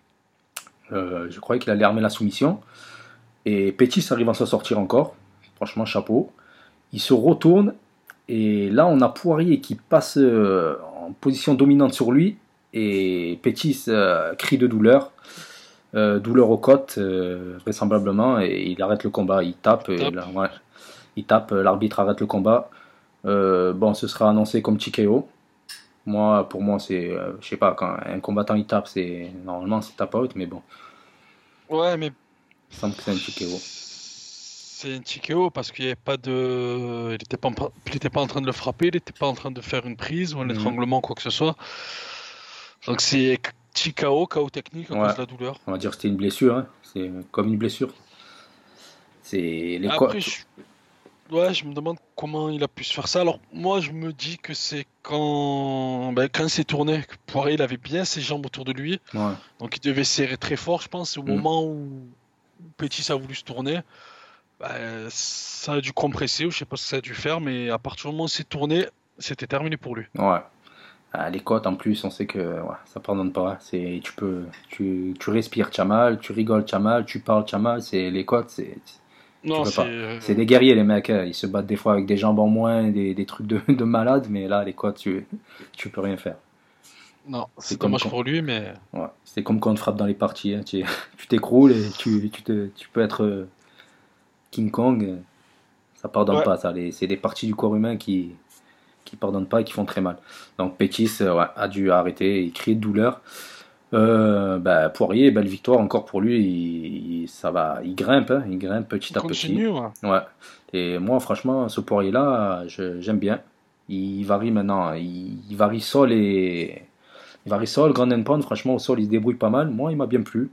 euh, je croyais qu'il allait armer la soumission. Et Pettis arrive à s'en sortir encore. Franchement, chapeau. Il se retourne. Et là, on a Poirier qui passe euh, en position dominante sur lui et Pettis euh, crie de douleur, euh, douleur aux côtes euh, vraisemblablement, et il arrête le combat, il tape, et Top. là, ouais, il tape, l'arbitre arrête le combat. Euh, bon, ce sera annoncé comme T K O. Moi, pour moi, c'est, euh, je sais pas, quand un combattant il tape, c'est normalement c'est tap out, mais bon, Ouais, mais il semble que c'est un T K O. c'est un T K O parce qu'il n'y avait pas de. Il n'était pas, en- il était pas en train de le frapper, il n'était pas en train de faire une prise ou un Mhm. étranglement, quoi que ce soit. Donc c'est T K O, K O technique à Ouais. cause de la douleur. On va dire que c'était une blessure, hein. C'est comme une blessure. C'est les Après, côtes. je... Ouais, je me demande comment il a pu se faire ça. Alors, moi, je me dis que c'est quand, ben, quand il s'est tourné, que Poirier, il avait bien ses jambes autour de lui. Ouais. Donc, il devait serrer très fort, je pense. Au Mm. moment où Pettis a voulu se tourner, ben, ça a dû compresser, ou je sais pas ce que ça a dû faire, mais à partir du moment où il s'est tourné, c'était terminé pour lui. Ouais. Ah, les côtes, en plus, on sait que ouais, ça pardonne pas. C'est, tu peux, tu, tu respires, tu as mal, tu rigoles, tu as mal, tu parles, tu as mal. C'est les côtes, c'est, tu Non, peux c'est. pas. euh, C'est des guerriers les mecs. Hein. Ils se battent des fois avec des jambes en moins, des, des trucs de, de malade, mais là, les côtes, tu, tu peux rien faire. Non, C'est c'est comme dommage quand, pour lui, mais. ouais, c'est comme quand on te frappe dans les parties. Hein. Tu, tu t'écroules et tu, tu, te, tu peux être euh, King Kong. Ça pardonne Ouais, pas. Ça. Les, c'est des parties du corps humain qui, qui pardonnent pas et qui font très mal. Donc Pettis euh, ouais, a dû arrêter, il crie de douleur. Euh, bah, Poirier, belle victoire encore pour lui, il, il- ça va, il grimpe, hein, il grimpe petit il à petit. continue, ouais. Ouais. Et moi, franchement, ce Poirier-là, je- j'aime bien. Il varie maintenant, il, il varie sol et il varie sol, grand and pound. Franchement, au sol, il se débrouille pas mal. Moi, il m'a bien plu.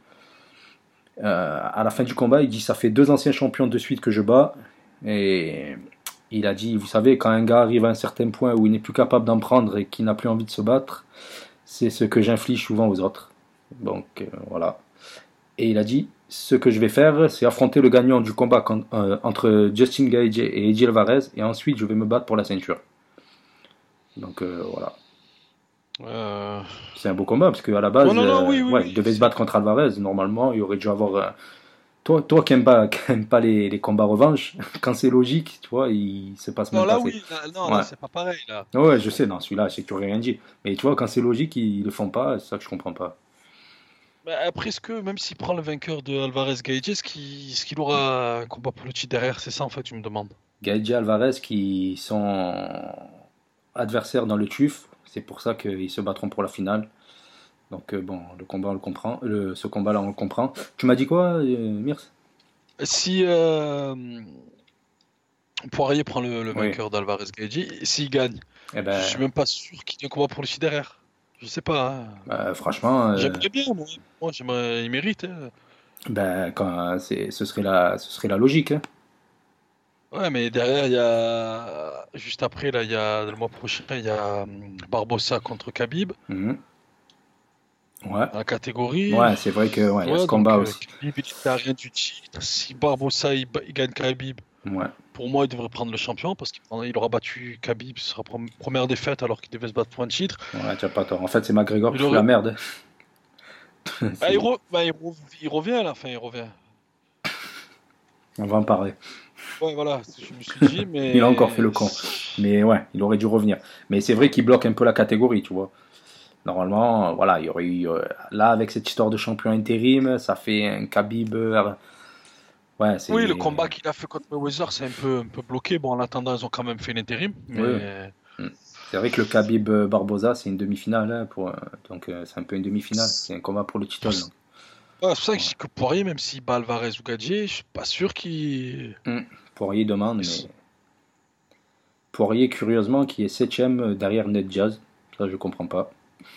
Euh, à la fin du combat, il dit ça fait deux anciens champions de suite que je bats. Et il a dit, vous savez, quand un gars arrive à un certain point où il n'est plus capable d'en prendre et qu'il n'a plus envie de se battre, c'est ce que j'inflige souvent aux autres. Donc euh, voilà. Et il a dit, ce que je vais faire, c'est affronter le gagnant du combat con- euh, entre Justin Gaethje et Eddie Alvarez, et ensuite je vais me battre pour la ceinture. Donc euh, voilà. Euh, C'est un beau combat parce qu'à la base, Oh non, non, euh, oui, oui, ouais, oui. il devait se c'est- battre contre Alvarez. Normalement, il aurait dû avoir. euh, Toi, toi qui n'aimes pas, qui aime pas les, les combats revanche, quand c'est logique, tu vois, il se passe Non, même pas. là, C'est... oui, là, non, Ouais. là, c'est pas pareil, là. Ouais, je sais, dans celui-là, je sais que tu n'aurais rien dit. Mais tu vois, quand c'est logique, ils, ils le font pas, c'est ça que je comprends pas. Bah, après, est-ce que même s'il prend le vainqueur de Alvarez Gaethje, est-ce qu'il est-ce qu'il aura un combat pour le titre derrière? C'est ça, en fait, tu me demandes. Gaethje et Alvarez qui sont adversaires dans le T U F, c'est pour ça qu'ils se battront pour la finale. Donc euh, bon, le combat on le comprend, le, ce combat-là on le comprend. Tu m'as dit quoi, euh, Mirs? Si euh, Poirier prend le, le Oui. vainqueur d'Alvarez Gaethje, et s'il gagne, Eh je suis ben, même pas sûr qu'il y ait un combat pour le titre derrière. Je sais pas, hein. euh, franchement, euh, J'aimerais bien, moi. Moi, j'aimerais, il mérite, hein. ben, quand, c'est, ce serait la, ce serait la logique. Hein. Ouais, mais derrière, il y a. Juste après, là, il y a. Le mois prochain, il y a hum, Barbossa contre Khabib, Mhm. Ouais. dans la catégorie. Ouais, c'est vrai que ouais, il y a ce Ouais, combat donc euh, aussi. Khabib, il est à rien du titre. Si Barbossa, il, ba- il gagne Khabib, Ouais. pour moi, il devrait prendre le champion parce qu'il il aura battu Khabib, ce sera la prom- première défaite alors qu'il devait se battre pour un titre. Ouais, tu as pas tort. En fait, c'est McGregor Il qui fout aurait- la merde. Ah, il, C'est- re- bah, il re- il revient à la fin, il revient. On va en parler. Ouais, voilà, je me suis dit, mais. Il a encore fait le con. Mais ouais, il aurait dû revenir. Mais c'est vrai qu'il bloque un peu la catégorie, tu vois. Normalement, euh, voilà, il y aurait eu. euh, là, avec cette histoire de champion intérim, ça fait un Khabib. euh, Ouais, c'est. Oui, le combat qu'il a fait contre Mayweather, c'est un peu, un peu bloqué. Bon, en attendant, ils ont quand même fait l'intérim, mais. Mm. C'est vrai que le Khabib euh, Barboza, c'est une demi-finale. Hein, pour, euh, donc, euh, c'est un peu une demi-finale. C'est un combat pour le title. donc. Ouais, c'est pour ça que je dis que Poirier, même s'il bat Alvarez ou Gaethje, je suis pas sûr qu'il. Mm. Poirier demande, Ils- mais. Poirier, curieusement, qui est septième derrière Ned Diaz. Ça, je comprends pas.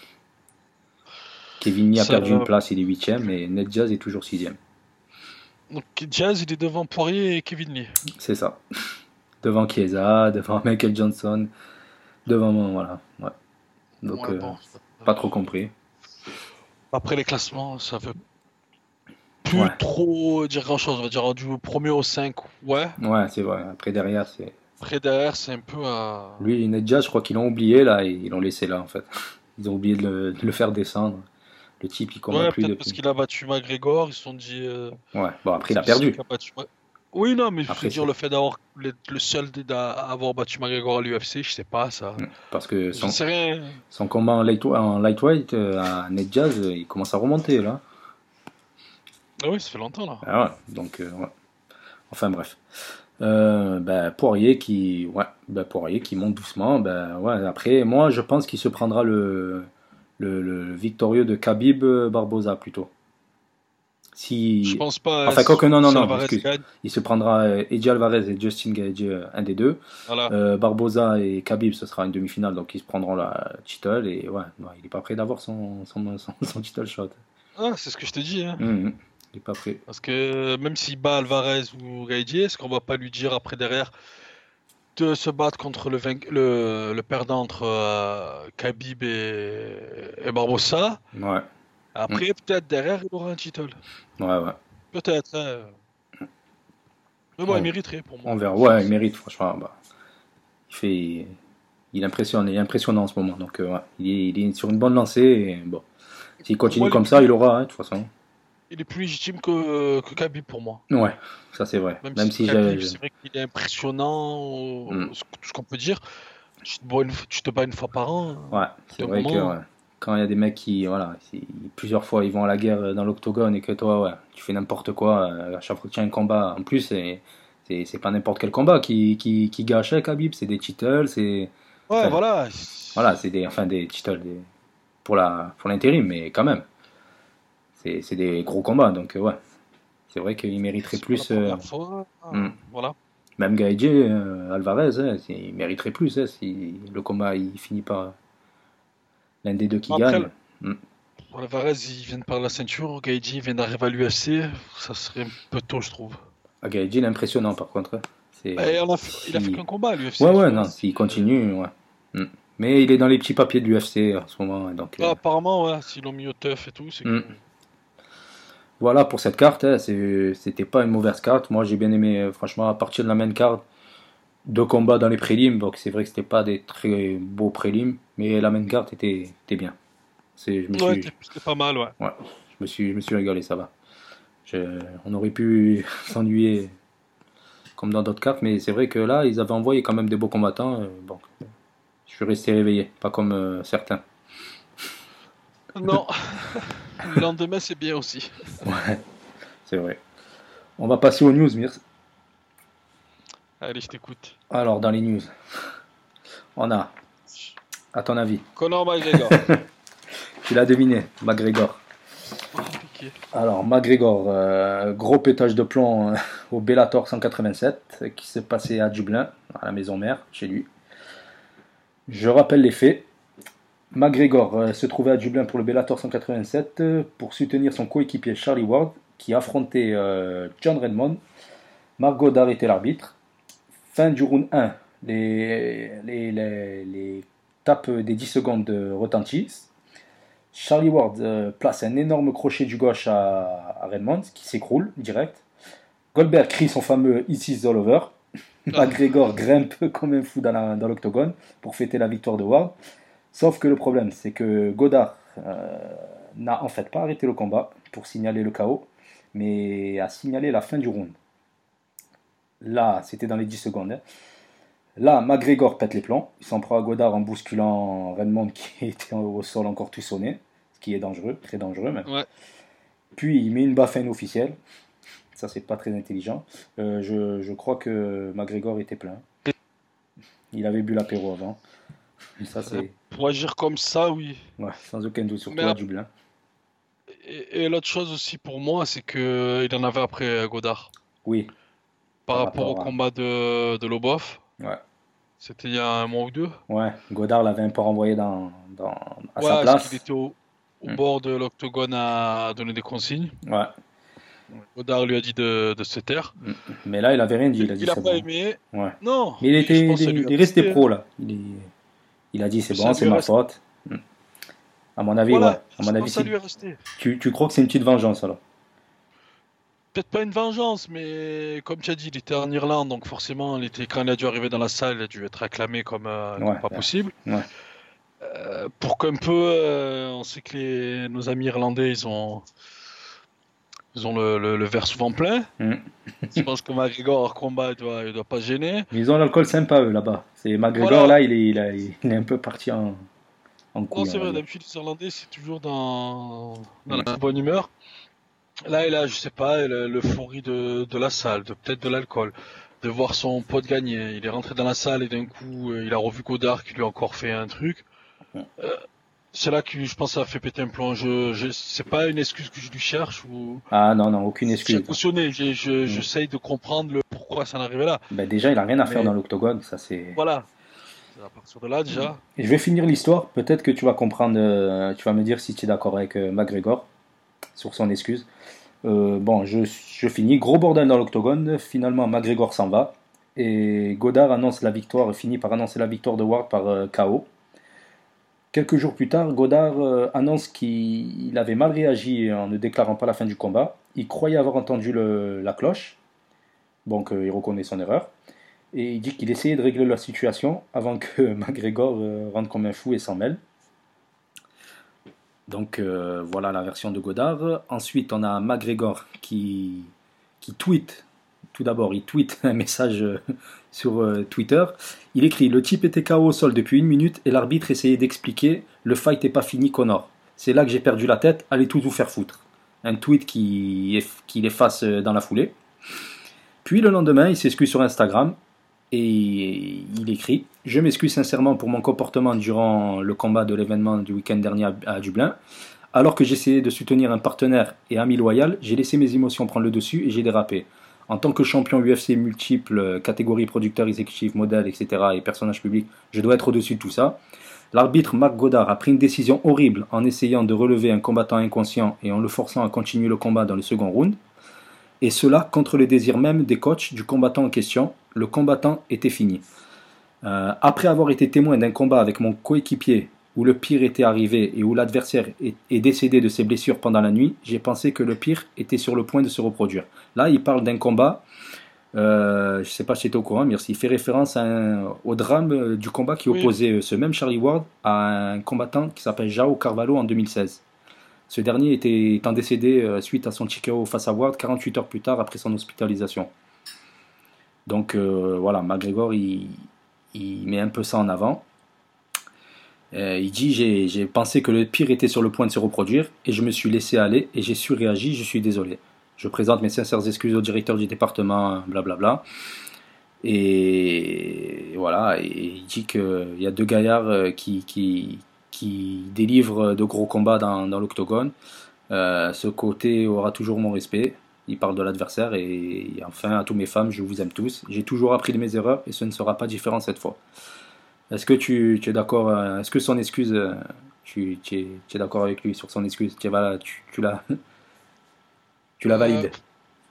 Kevin Lee a Ça- perdu une place, il est huitième, et Ned Diaz est toujours sixième. Donc Diaz, il est devant Poirier et Kevin Lee. C'est ça. Devant Chiesa, devant Michael Johnson, devant moi, voilà. Ouais. Donc, Ouais, euh, bon. pas trop compris. Après les classements, ça veut plus Ouais. trop dire grand chose. On va dire du premier au cinq, ouais. Ouais, c'est vrai. Après, derrière, c'est. Après derrière, c'est un peu à. Lui, Ned Diaz, je crois qu'ils l'ont oublié, là, et ils l'ont laissé là, en fait. Ils ont oublié de le, de le faire descendre. Le type, il combat Ouais, plus peut-être parce depuis. qu'il a battu McGregor, ils se sont dit. euh, Ouais, bon, après, il a c'est celui perdu. qui a battu- ouais. Oui, non, mais je veux Après, dire, c'est le fait d'avoir le, le seul d'a- à avoir battu McGregor à l'U F C, je sais pas, ça. parce que Je son, sais rien. son combat en, light, en lightweight euh, à Nate Diaz, euh, il commence à remonter là. Ah oui, ça fait longtemps, là. Ah ouais, donc, euh, ouais. Enfin bref. Euh, ben, Poirier qui, ouais, ben, Poirier qui monte doucement. Ben, ouais, après, moi, je pense qu'il se prendra le, le, le victorieux de Khabib euh, Barboza plutôt. Je Si, pense pas, hein, enfin, quoique, si, non, non, si non, Alvarez excuse. gagne. Il se prendra euh, Eddie Alvarez et Justin Gaethje, euh, un des deux. Voilà. Euh, Barboza et Khabib, ce sera une demi-finale, donc ils se prendront la title. Et ouais, non, il est pas prêt d'avoir son, son, son, son title shot. Ah, c'est ce que je te dis, hein. Mhm. Il est pas prêt. Parce que même s'il bat Alvarez ou Gaethje, est-ce qu'on va pas lui dire après derrière de se battre contre le, vainc- le, le perdant entre euh, Khabib et, et Barbossa? Ouais. Mhm. Après, peut-être derrière, il aura un title. Ouais, ouais. Peut-être, hein. Mais bon, il On, mériterait pour on moi. verra. C'est- Ouais, il c'est- mérite, franchement. Bah, il fait. Il impressionne, il est impressionnant en ce moment. Donc, euh, ouais, il, est, il est sur une bonne lancée. Et, bon, s'il Pour moi, continue il est comme ça, plus, il aura, hein, de toute façon. il est plus légitime que, que Khabib pour moi. Ouais, ça c'est vrai. Même Même si si Khabib, j'ai. c'est vrai qu'il est impressionnant, Hmm. euh, ce tout ce qu'on peut dire. Tu te bats une, tu te bats une fois par an, Ouais, au bout c'est d'un vrai que moment. ouais, quand il y a des mecs qui, voilà, si- plusieurs fois ils vont à la guerre dans l'octogone et que toi, ouais, tu fais n'importe quoi, euh, à chaque fois que tu as un combat, en plus, c'est, c'est, c'est pas n'importe quel combat qui, qui, qui gâche avec Khabib, c'est des titles, c'est. Ouais, Enfin, voilà. voilà, c'est des, enfin, des titles des- pour la, pour l'intérim, mais quand même, c'est, c'est des gros combats, donc euh, ouais, c'est vrai qu'il mériterait C'est pas la plus. euh, première fois. hmm. euh, Voilà. Même Gaethje, euh, Alvarez, hein, c'est- il mériterait plus hein, si le combat il finit par l'un des deux qui Après, gagne. Hmm. Alvarez, il vient de perdre la ceinture. Gaethje, il vient d'arriver à l'U F C. Ça serait un peu tôt, je trouve. Ah, Gaethje, il est impressionnant par contre. hein. C'est Bah, on a fait- il a fait si... qu'un combat à Ouais, l'U F C, tu ouais, vois. non, c'est- s'il continue, ouais. Hmm. Mais il est dans les petits papiers de l'U F C en ce moment, hein, donc Ah, euh, apparemment, ouais, s'ils l'ont mis au teuf et tout, c'est que. hmm. Voilà pour cette carte. hein, c'est- C'était pas une mauvaise carte. Moi, j'ai bien aimé, euh, franchement, à partir de la main carte, deux combats dans les prélims. Donc c'est vrai que c'était pas des très beaux prélims, mais la main carte était, était bien. C'est, je me Ouais, suis, c'était c'était pas mal, ouais. ouais, je me suis, je me suis régalé, ça va. Je- on aurait pu s'ennuyer comme dans d'autres cartes, mais c'est vrai que là, ils avaient envoyé quand même des beaux combattants. euh, bon, je suis resté réveillé, pas comme euh, certains. Non, le lendemain, c'est bien aussi. Ouais, c'est vrai. On va passer aux news, Mirs. Allez, je t'écoute. Alors, dans les news, on a, à ton avis, Conor McGregor. tu l'as deviné, McGregor. Pas compliqué. Alors, McGregor, euh, gros pétage de plomb euh, au Bellator cent quatre-vingt-sept euh, qui s'est passé à Dublin, à la maison mère, chez lui. Je rappelle les faits. McGregor euh, se trouvait à Dublin pour le Bellator cent quatre-vingt-sept euh, pour soutenir son coéquipier Charlie Ward qui affrontait euh, John Redmond. Marc Goddard était l'arbitre. Fin du round un, les, les, les, les tapes des dix secondes retentissent. Charlie Ward euh, place un énorme crochet du gauche à, à Redmond qui s'écroule direct. Goldberg crie son fameux It is all over. McGregor grimpe comme un fou dans, la, dans l'octogone pour fêter la victoire de Ward. Sauf que le problème, c'est que Goddard euh, n'a en fait pas arrêté le combat pour signaler le K O, mais a signalé la fin du round. Là, c'était dans les dix secondes. hein. Là, McGregor pète les plombs. Il s'en prend à Goddard en bousculant Redmond qui était au sol encore tout sonné, ce qui est dangereux, très dangereux même. Ouais. Puis il met une baffe inofficielle. Ça, c'est pas très intelligent. Euh, je, je crois que McGregor était plein. Il avait bu l'apéro avant. Et ça, c'est Pour agir comme ça, oui. ouais, sans aucun doute, surtout Mais à ap- Dublin. et, et l'autre chose aussi pour moi, c'est que il en avait après euh, Godard. Oui, Par par rapport au rapport à. combat de, de Lobov, Ouais, c'était il y a un mois ou deux. ouais. Godard l'avait un peu renvoyé dans, dans, à sa Ouais, parce qu'il place. était au, au Hmm. bord de l'octogone à donner des consignes. Ouais. Godard lui a dit de, de se taire. Hmm. Mais là, il avait rien dit. Il a Il, dit il a c'est pas bon. aimé. Ouais. Non, Mais il, je était, pense il, que ça est, lui a il est resté resté. pro là. Il, est- il a dit c'est Ça bon, lui c'est est ma resté. faute. Hmm. À mon avis, ouais. Voilà, À je mon avis, pense que ça c'est- lui est resté. tu, tu crois que c'est une petite vengeance alors? Peut-être pas une vengeance, mais comme tu as dit, il était en Irlande, donc forcément, il était, quand il a dû arriver dans la salle, il a dû être acclamé comme, euh, comme Ouais, pas ben, possible. ouais. Euh, pour qu'un peu, euh, on sait que les, nos amis irlandais, ils ont, Ils ont le, le, le verre souvent plein. Mm. Je pense que McGregor hors combat, il doit, il doit pas se gêner. Mais ils ont l'alcool sympa, eux, là-bas. C'est McGregor, Voilà. là, il est, il, a- il est un peu parti en, en Non, couille, on c'est va vrai, dire. d'habitude, les Irlandais, c'est toujours dans, dans Mm. la bonne humeur. Là, il a, je sais pas, le- l'euphorie de, de la salle, de peut-être de l'alcool, de voir son pote gagner. Il est rentré dans la salle et d'un coup, euh, il a revu Godard qui lui a encore fait un truc. Mm. Euh, c'est là que je pense que ça a fait péter un plomb. Je, je, c'est pas une excuse que je lui cherche ou Ah non, non, aucune j'ai excuse. cautionné. J'ai- Je, Mm. j'essaye de comprendre le pourquoi ça en est arrivé là. Ben déjà, il a rien à faire dans Mais l'octogone, ça c'est. voilà, c'est à partir de là déjà. Et je vais finir l'histoire, peut-être que tu vas comprendre, euh, tu vas me dire si tu es d'accord avec euh, McGregor sur son excuse. Euh, bon, je, je finis, gros bordel dans l'octogone, finalement McGregor s'en va, et Godard annonce la victoire, finit par annoncer la victoire de Ward par euh, K O. Quelques jours plus tard, Godard euh, annonce qu'il avait mal réagi en ne déclarant pas la fin du combat. Il croyait avoir entendu le- la cloche, donc euh, il reconnaît son erreur. Et il dit qu'il essayait de régler la situation avant que McGregor euh, rentre comme un fou et s'en mêle. Donc euh, voilà la version de Godard. Ensuite, on a McGregor qui, qui tweet. Tout d'abord, il tweet un message euh, sur euh, Twitter. Il écrit: le type était K O au sol depuis une minute et l'arbitre essayait d'expliquer le fight n'est pas fini, Connor. C'est là que j'ai perdu la tête, allez tout vous faire foutre. Un tweet qui, qu'il efface euh, dans la foulée. Puis le lendemain, il s'excuse sur Instagram et il écrit: je m'excuse sincèrement pour mon comportement durant le combat de l'événement du week-end dernier à à Dublin. Alors que j'essayais de soutenir un partenaire et ami loyal, j'ai laissé mes émotions prendre le dessus et j'ai dérapé. En tant que champion U F C multiple, catégorie producteur exécutif, modèle, et cetera et personnage public, je dois être au-dessus de tout ça. L'arbitre Marc Godard a pris une décision horrible en essayant de relever un combattant inconscient et en le forçant à continuer le combat dans le second round. Et cela contre le désir même des coachs du combattant en question. Le combattant était fini. Euh, après avoir été témoin d'un combat avec mon coéquipier où le pire était arrivé et où l'adversaire est, est décédé de ses blessures pendant la nuit, j'ai pensé que le pire était sur le point de se reproduire. Là, il parle d'un combat, euh, je ne sais pas si tu es au courant, mais il fait référence à un- au drame euh, du combat qui Oui, opposait ce même Charlie Ward à un combattant qui s'appelle João Carvalho en deux mille seize. Ce dernier était, étant décédé euh, suite à son T K O face à Ward quarante-huit heures plus tard après son hospitalisation. Donc euh, voilà, McGregor, il, il met un peu ça en avant. Euh, il dit: j'ai, j'ai pensé que le pire était sur le point de se reproduire et je me suis laissé aller et j'ai surréagi, je suis désolé. Je présente mes sincères excuses au directeur du département, blablabla. Et voilà, et il dit qu'il y a deux gaillards euh, qui, qui, qui délivrent de gros combats dans, dans l'octogone. Euh, ce côté aura toujours mon respect. Il parle de l'adversaire et, et enfin à tous mes fans, je vous aime tous. J'ai toujours appris de mes erreurs et ce ne sera pas différent cette fois. Est-ce que tu, tu es d'accord euh, Est-ce que son excuse, euh, tu, tu es, tu es d'accord avec lui sur son excuse? Tu, vas- tu, tu la, tu la euh, valides?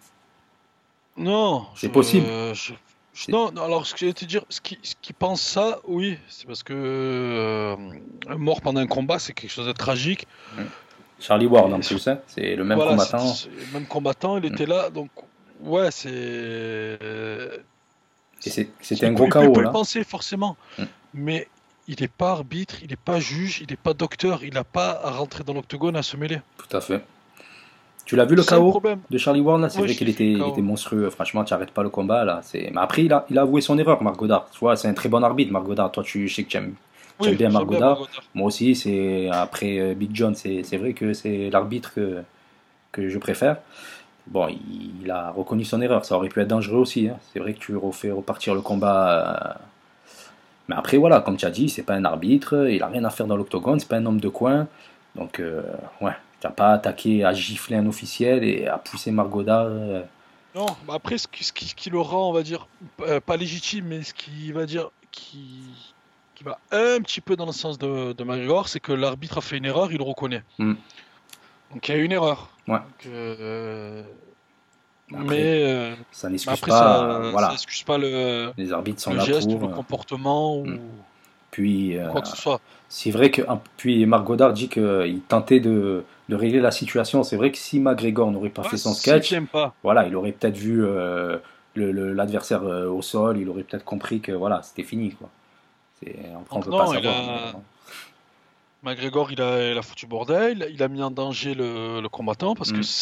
non, C'est possible. je, je- je- C'est- non, non, alors ce que j'allais te dire, ce qui, ce qui pense ça, oui, c'est parce que euh, mort pendant un combat, c'est quelque chose de tragique. Charlie Ward en Et sur- plus, hein, c'est le même voilà, c'est combattant. c'est le même combattant, il Mm. était là, donc ouais, c'est, euh, Et c'est- c'est- c'était il un peut, gros il peut- il K O peut le là. penser forcément, Mm. mais il n'est pas arbitre, il n'est pas juge, il n'est pas docteur, il n'a pas à rentrer dans l'octogone à se mêler. Tout à fait. Tu l'as vu le C'est ça le K O problème. de Charlie Ward là? C'est Ouais, vrai je qu'il l'ai était, vu, il était K O. monstrueux. Franchement, tu n'arrêtes pas le combat là. C'est... Mais après, il a, il a avoué son erreur, Marc Godard. Tu vois, c'est un très bon arbitre, Marc Godard. Toi, tu je sais que tu aimes, tu aimes Oui, bien Marc j'aime bien Godard. Margot. Moi aussi, c'est après euh, Big John, c'est, c'est vrai que c'est l'arbitre que, que je préfère. Bon, il, il a reconnu son erreur. Ça aurait pu être dangereux aussi, hein. C'est vrai que tu refais repartir le combat. euh, Mais après, voilà, comme tu as dit, c'est pas un arbitre. Il a rien à faire dans l'octogone. C'est pas un homme de coin. Donc, euh, ouais, tu n'as pas attaqué à gifler un officiel et à pousser Marc Godard. euh, Non, bah après, ce qui, ce qui, ce qui le rend, on va dire, euh, pas légitime, mais ce qui va dire, qui, qui va un petit peu dans le sens de, de McGregor, c'est que l'arbitre a fait une erreur, il le reconnaît. Hmm. Donc il y a eu une erreur. Ouais. Donc, euh, Après, mais euh, ça mais n'excuse après, pas. ça, euh, ça voilà, excuse pas le, les arbitres sont le là geste ou pour. le euh, comportement hmm. ou, Puis, ou euh, quoi que ce soit. c'est vrai que. un- Puis Marc Godard dit qu'il tentait de, de régler la situation. C'est vrai que si McGregor n'aurait pas Ouais, fait son s'il sketch, t'aime pas. voilà, il aurait peut-être vu euh, le- le- l'adversaire euh, au sol. Il aurait peut-être compris que voilà, c'était fini, quoi. C'est, après, on Donc peut pas non, il savoir. a, McGregor, il a, il a foutu bordel, il a mis en danger le, le combattant parce que Hmm. c'est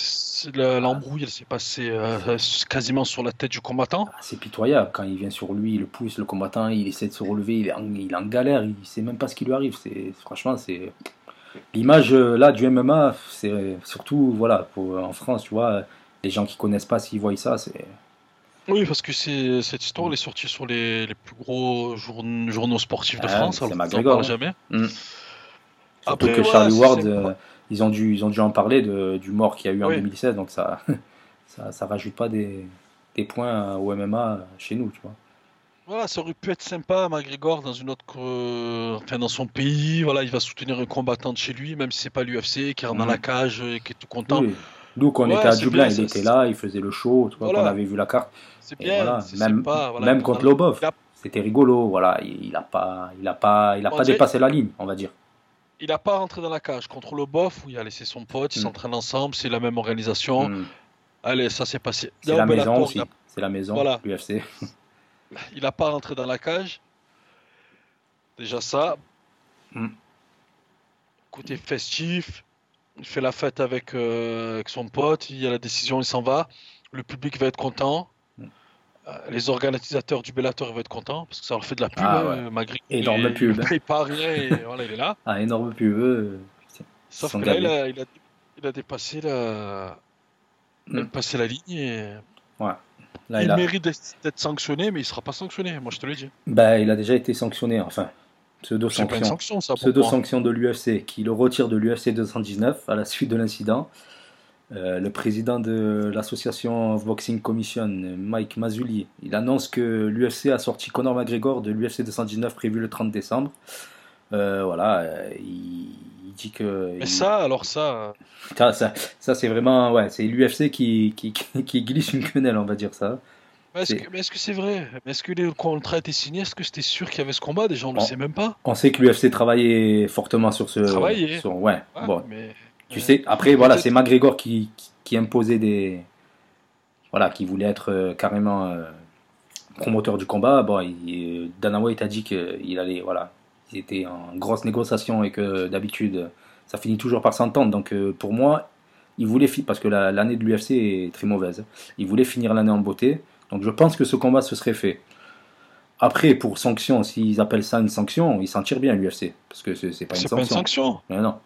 l'embrouille, elle s'est passée euh, quasiment sur la tête du combattant. Ah, c'est pitoyable. Quand il vient sur lui, il le pousse, le combattant, il essaie de se relever, il est en, il est en galère, il sait même pas ce qui lui arrive. C'est, franchement, c'est. L'image euh, là du M M A, c'est surtout, voilà, pour, en France, tu vois, les gens qui connaissent pas, s'ils voient ça, c'est. Oui, parce que c'est, cette histoire, elle est sortie sur les, les plus gros journ- journaux sportifs de Ah, France, c'est alors ils n'en parlent McGregor. Hein. jamais. Mm. Surtout Après, que voilà, Charlie c'est Ward, c'est euh, pas- ils, ont dû, ils ont dû en parler de, du mort qu'il y a eu en oui. deux mille seize, donc ça, ça, ça rajoute pas des, des points au M M A chez nous, tu vois. Voilà, ça aurait pu être sympa, McGregor, dans une autre, euh, enfin, dans son pays. Voilà, il va soutenir un combattant de chez lui, même si c'est pas l'U F C, qui rentre dans la Mm. cage et qui est tout content. Oui, nous, quand on était Ouais, à c'est Dublin, bien, il ça, était c'est- là, il faisait le show, tu vois, qu'on voilà, avait vu la carte. c'est Et bien, voilà, c'est même, sympa. Voilà, même pendant contre la- Lobov, il a, c'était rigolo, voilà, il, il a pas, il a pas, il a bon, pas déjà, dépassé la ligne, on va dire. il a pas rentré dans la cage contre le bof où il a laissé son pote, ils Mm. s'entraînent ensemble, c'est la même organisation. Mm. Allez, ça s'est passé. C'est Là, au la maison Bellator, il a, aussi, c'est la maison, voilà, l'U F C. il a pas rentré dans la cage. Déjà ça, Mm. côté festif, il fait la fête avec, euh, avec son pote, il y a la décision, il s'en va. Le public va être content. Mm. Euh, Les organisateurs du Bellator ils vont être contents parce que ça leur fait de la pub, Ah ouais, hein, malgré qu'il énorme il ne pub. paye pas rien et voilà, il est là. Ah, énorme pub, eux, ils se Sauf sont que là, il gavés. a, il a, il a dépassé la, il a Mm. dépassé la ligne et Ouais. Là, il il a, mérite d'être d'être sanctionné, mais il sera pas sanctionné, moi je te le dis. bah, il a déjà été sanctionné, enfin, C'est pas une pseudo-sanction. sanction ça pour moi. Pseudo-sanction de l'U F C qui le retire de l'U F C deux cent dix-neuf à la suite de l'incident. Euh, le président de l'association Boxing Commission, Mike Mazzulli, il annonce que l'U F C a sorti Conor McGregor de l'U F C deux cent dix-neuf prévu le trente décembre. Euh, voilà, euh, il, il dit que. Mais il- ça, alors ça, ça, ça, ça, c'est vraiment. Ouais, c'est l'U F C qui, qui, qui, qui glisse une quenelle, on va dire ça. mais est-ce C'est, que, mais est-ce que c'est vrai? Mais est-ce que le contrat a été signé? Est-ce que c'était sûr qu'il y avait ce combat? Déjà, on le on, sait même pas. on sait que l'U F C travaillait fortement sur ce. Travailler. Sur, ouais, Ouais, bon. mais, Tu mais sais, après, voilà, c'est peut-être. McGregor qui, qui, qui imposait des. Voilà, qui voulait être euh, carrément euh, promoteur du combat. Bon, il- Dana White a dit qu'il allait. Voilà, ils étaient en grosse négociation et que d'habitude, ça finit toujours par s'entendre. Donc, euh, pour moi, il voulait. fi- Parce que la- l'année de l'U F C est très mauvaise. Il voulait finir l'année en beauté. Donc, je pense que ce combat se serait fait. Après, pour sanction, s'ils appellent ça une sanction, ils s'en tirent bien, l'U F C. Parce que c'est c'est pas une C'est pas une sanction. sanction. Mais non.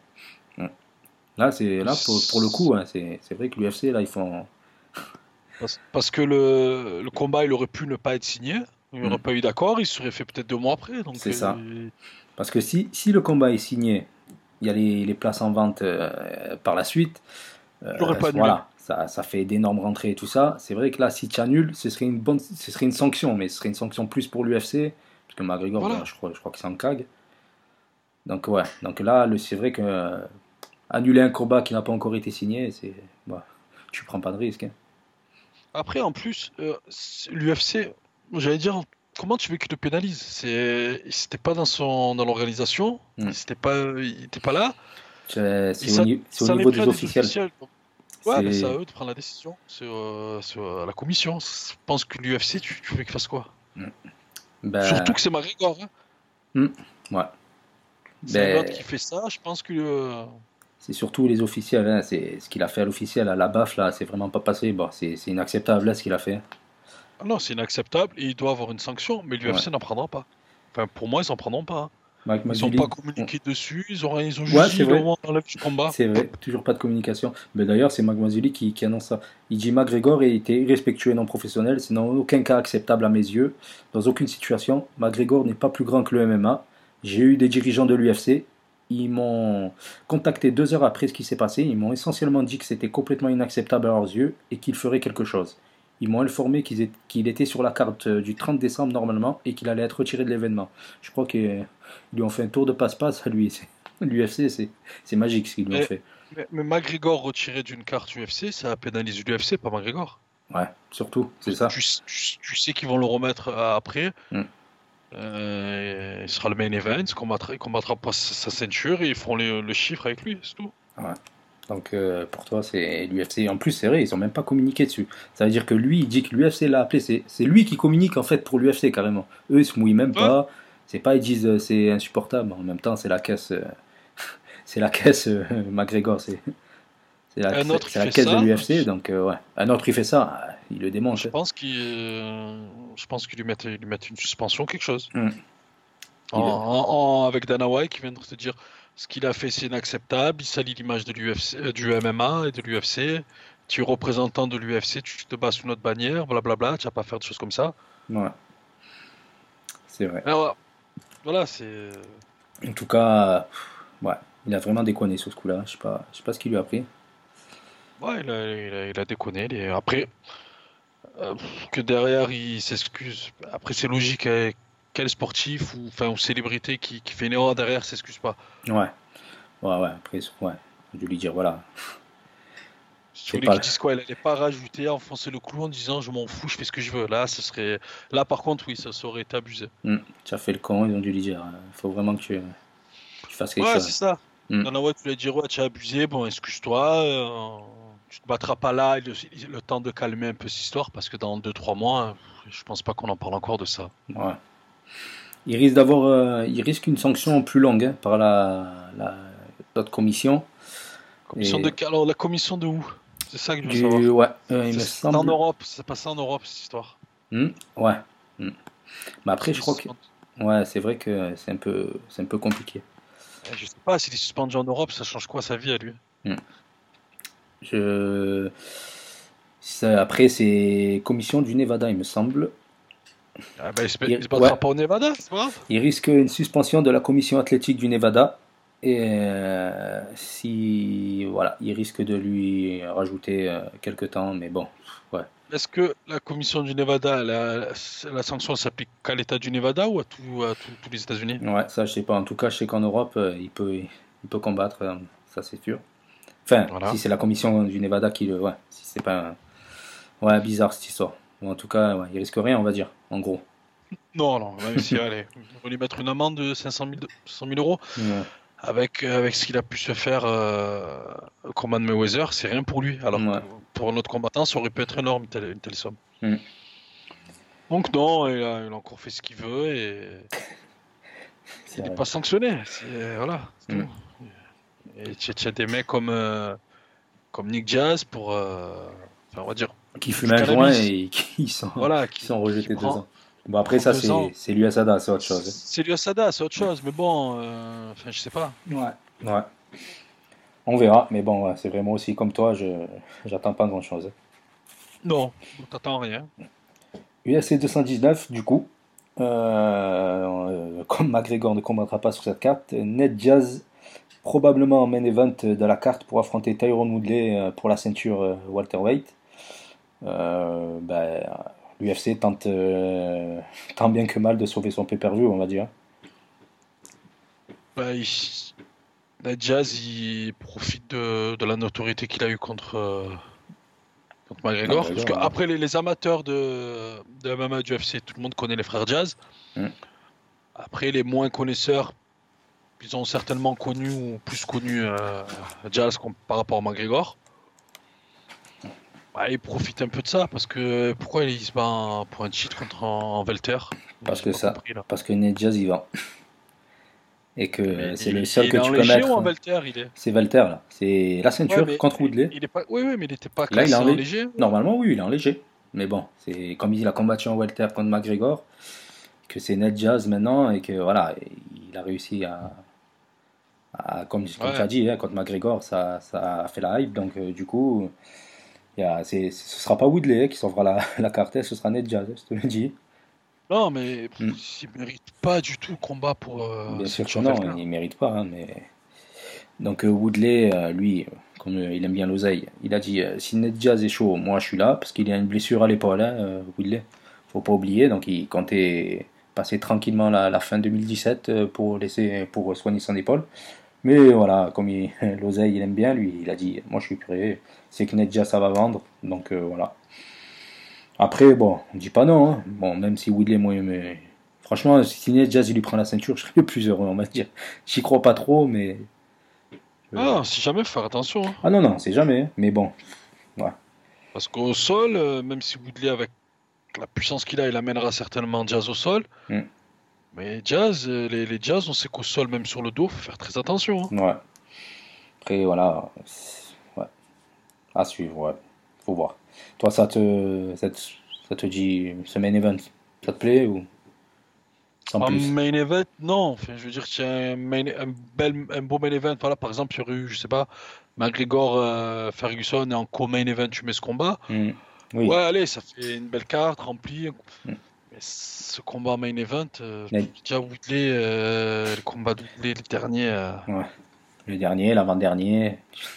Là, c'est là pour, pour le coup, C'est- hein, c'est c'est vrai que l'U F C, là, ils font. Parce, parce que le, le combat, il aurait pu ne pas être signé. Il n'y aurait Hmm, pas eu d'accord. Il serait fait peut-être deux mois après. Donc, c'est ça. euh, Parce que si, si le combat est signé, il y a les, les places en vente euh, par la suite. il n'aurait euh, pas annulé. voilà, ça, ça fait d'énormes rentrées et tout ça. C'est vrai que là, si tu annules, ce serait une bonne, ce serait une sanction, mais ce serait une sanction plus pour l'U F C, parce que McGregor, Voilà. ben, je crois, je crois qu'il s'en cague. Donc ouais, donc là, le- c'est vrai que euh, annuler un combat qui n'a pas encore été signé, c'est, bah, tu prends pas de risque. Hein. Après, en plus, euh, c'est- l'U F C, j'allais dire, comment tu veux qu'il te pénalise? C'est, c'était pas dans son, dans l'organisation. Hmm. C'était pas, il était pas là. C'est Il c'est au, s'en ni- c'est au s'en est niveau pris des à des officiels. officiels. Ouais, mais c'est à C'est eux de prendre la décision. C'est euh, c'est, euh, à la commission. Je pense que l'U F C, tu, tu veux qu'il fasse quoi? Surtout ben, que c'est McGregor, hein. hmm, ouais. C'est un autre Ben, qui fait ça. Je pense que euh, c'est surtout les officiels, hein, c'est ce qu'il a fait à l'officiel, à la baffe là, c'est vraiment pas passé. Bon, c'est c'est inacceptable là ce qu'il a fait. ah non, c'est inacceptable et il doit avoir une sanction. Mais Ouais. l'U F C n'en prendra pas. Enfin, pour moi, ils en prendront pas, hein. Mike Ils ont pas Mazzulli, communiqué dessus. Ils ont, rien- ils ont ouais, juste c'est dit, vrai, on enlève du combat. c'est vrai, toujours pas de communication. Mais d'ailleurs, c'est Mike Mazzulli qui, qui annonce ça. Il dit McGregor a été irrespectueux et non professionnel, c'est dans aucun cas acceptable à mes yeux. Dans aucune situation, McGregor n'est pas plus grand que le M M A. J'ai eu des dirigeants de l'U F C. Ils m'ont contacté deux heures après ce qui s'est passé. Ils m'ont essentiellement dit que c'était complètement inacceptable à leurs yeux et qu'ils feraient quelque chose. Ils m'ont informé qu'ils étaient- qu'il était sur la carte euh, du trente décembre normalement et qu'il allait être retiré de l'événement. Je crois qu'ils lui ont fait un tour de passe-passe à lui. C'est- L'U F C, c'est c'est magique ce qu'ils lui ont Mais, fait. mais, mais McGregor retiré d'une carte U F C, ça pénalise l'U F C, pas McGregor. Ouais, surtout, c'est Parce que ça. tu, tu- tu sais qu'ils vont le remettre euh, après. Mm. Euh, il sera le main event, il combattra, il combattra pas sa, sa ceinture et ils feront le, le chiffre avec lui, c'est tout. Ouais. Donc euh, pour toi, c'est l'U F C. En plus, c'est vrai, ils ont même pas communiqué dessus. Ça veut dire que lui, il dit que l'U F C l'a appelé. C'est c'est lui qui communique en fait pour l'U F C carrément. Eux, ils se mouillent même Ouais. pas. C'est pas, ils disent euh, c'est insupportable. En même temps, c'est la caisse. euh, c'est la caisse euh, McGregor. C'est C'est la, Un autre c'est qui la fait caisse de ça, l'U F C, donc euh, ouais. Un autre, il fait ça, il le démonte. je pense qu'il, euh, je pense qu'ils lui mettent, ils lui mettent une suspension, quelque chose. Mm. En, Il est- en- en- avec Dana White qui vient de te dire ce qu'il a fait c'est inacceptable, il salit l'image de l'U F C, euh, du M M A et de l'U F C. Tu es représentant de l'U F C, tu te bats sous notre bannière, blablabla, tu vas pas faire de choses comme ça. Ouais, c'est vrai. Alors, voilà, c'est. En tout cas, ouais, il a vraiment déconné sur ce coup-là. Je sais pas, je sais pas ce qu'il lui a pris. Ouais, il a, il a- il a déconné. il est- Après, euh, que derrière il s'excuse. Après, c'est logique. hein, Quel sportif ou, enfin, ou célébrité qui, qui fait une erreur derrière s'excuse pas. Ouais, ouais, ouais. Après, ouais, je vais lui dire voilà, Si tu c'est voulais pas. qu'ils disent quoi, il allait pas rajouter, enfoncer le clou en disant je m'en fous, je fais ce que je veux. Là, ce serait. Là, par contre, oui, ça, ça aurait été abusé. Hmm, tu as fait le con, ils ont dû lui dire il faut vraiment que tu, tu fasses quelque Ouais, chose. c'est ça. Hmm, Dana White, tu lui as dit ouais, tu as abusé, bon, excuse-toi. euh, tu te battras pas là, le, le temps de calmer un peu cette histoire, parce que dans deux trois mois, je pense pas qu'on en parle encore de ça. ouais. Il risque d'avoir, euh, il risque une sanction plus longue hein, par la, la l'autre commission. Commission de. Et Alors, la commission de où? C'est ça que je veux du, savoir. ouais, euh, il C'est me c'est en semble. Europe, c'est passé en Europe cette histoire. Hmm, ouais. Hmm. Mais après, S'il je est crois que, suspendu- ouais, c'est vrai que c'est un peu, c'est un peu compliqué. Eh, Je sais pas, s'il est suspendu en Europe, ça change quoi sa vie à lui? Hmm. Je, ça- après, c'est commission du Nevada, il me semble. Ah bah, il se, il Il, se ouais, battra pas au Nevada, c'est pas grave. il risque une suspension de la commission athlétique du Nevada. Et euh, si, voilà, il risque de lui rajouter euh, quelques temps, mais bon, ouais. Est-ce que la commission du Nevada, la, la sanction s'applique qu'à l'État du Nevada ou à, tout, à tout- tous les États-Unis? Ouais, ça je sais pas. En tout cas, je sais qu'en Europe, euh, il peut, il peut combattre, euh, ça c'est sûr. Enfin, si Voilà. c'est la commission du Nevada qui le, ouais, si c'est pas, un- ouais, bizarre cette histoire. Bon, en tout cas, ouais, il risque rien, on va dire, en gros. Non, non, même si, allez, on va lui mettre une amende de cinq cent mille, cent mille euros. Ouais, Avec, euh, avec ce qu'il a pu se faire euh, au combat de Mayweather, c'est rien pour lui. Alors que ouais. pour notre combattant, ça aurait pu être énorme, une telle, une telle somme. Hmm. Donc non, il a, il a encore fait ce qu'il veut et C'est il n'est vrai. pas sanctionné. C'est, voilà, c'est Mm. tout. Et tu tu as des mecs comme, euh, comme Nick Diaz pour, euh, enfin, on va dire, Qui du fument un joint cannabis. et qui sont, Voilà, qui qui, sont qui rejetés deux prend, ans. Bon, après, prend ça, deux c'est ans. c'est l'U S A D A, c'est autre chose. C'est du Asada, c'est autre chose. Mais bon, euh, enfin, je sais pas. Ouais. Ouais. On verra, mais bon, ouais, c'est vraiment aussi comme toi, je j'attends pas grand chose. Non, t'attends rien. U F C deux cent dix-neuf, du coup, euh, euh, comme McGregor ne combattra pas sur cette carte, Ned Diaz, probablement en main event de la carte pour affronter Tyron Woodley euh, pour la ceinture euh, welterweight. Euh, ben, L'U F C tente euh, tant bien que mal de sauver son pay-per-view, on va dire. Bah, il- la Jazz, il profite de, de la notoriété qu'il a eu contre, euh, contre McGregor. Parce McGregor, que ouais. après les, les amateurs de, de M M A du U F C, tout le monde connaît les frères Jazz. Mm. Après, les moins connaisseurs, ils ont certainement connu ou plus connu euh, Jazz com- par rapport à McGregor. Bah, il profite un peu de ça parce que pourquoi il se bat en- pour un cheat contre en, en Welter? Parce J'ai que pas ça, compris, là. parce que Ned Diaz y va. Et que Mais c'est le il, seul il que est en tu peux léger ou mettre. en Welter il est? C'est Walter là. C'est la Ouais, ceinture mais contre Woodley. il est pas. Oui, oui, mais il était pas Là, il est classé en en léger. léger. Normalement, oui, il est en léger. Mais bon, c'est comme il a combattu en welter contre McGregor, que c'est Ned Diaz maintenant et que voilà, il a réussi à, à- comme, comme tu Ouais. as dit, hein, contre McGregor, ça, ça a fait la hype. Donc euh, du coup, il y a, c'est, ce sera pas Woodley hein, qui sauvera la, la carte, hein, ce sera Ned Diaz, hein, je te le dis. Non, mais Mm. pff, il mérite pas du tout le combat pour euh, Bien sûr que ceinture non, Welter. il mérite pas. Hein, mais donc euh, Woodley, euh, lui, euh, comme euh, il aime bien l'oseille, il a dit euh, si Ned Diaz est chaud, moi je suis là parce qu'il a une blessure à l'épaule, hein, euh, Woodley. Faut pas oublier, donc il comptait passer tranquillement la, la fin deux mille dix-sept euh, pour laisser pour soigner son épaule. Mais voilà, comme il- l'oseille il aime bien, lui, il a dit moi je suis prêt. C'est que Ned Diaz ça va vendre, donc euh, voilà. Après bon, on dit pas non, hein. Bon même si Woodley moi mais franchement si Ned Diaz il lui prend la ceinture, je serais le plus heureux on va dire. J'y crois pas trop, mais euh, Ah, si jamais, faut faire attention. Hein. ah non non c'est jamais, hein. Mais bon, ouais. Parce qu'au sol, euh, même si Woodley, avec la puissance qu'il a, il amènera certainement Jazz au sol. Mm. Mais Jazz, euh, les, les Jazz, on sait qu'au sol, même sur le dos, faut faire très attention. Hein. Ouais. Après voilà, c'est- ouais. À suivre, ouais. Faut voir. Toi, ça te, ça te, ça te dit ce main event, ça te plaît ou sans Un plus? main event, non. Enfin, je veux dire, qu'il y a un, main- un, bel, un beau main event. Voilà, par exemple, il y aurait eu, je sais pas, McGregor euh, Ferguson et en co-main event, tu mets ce combat. Hmm. Ouais, Oui. allez, ça fait une belle carte remplie. Hmm. Mais ce combat main event, euh, Ned- déjà Woodley, euh, le combat de Woodley, le dernier. euh, ouais. Le dernier, l'avant-dernier.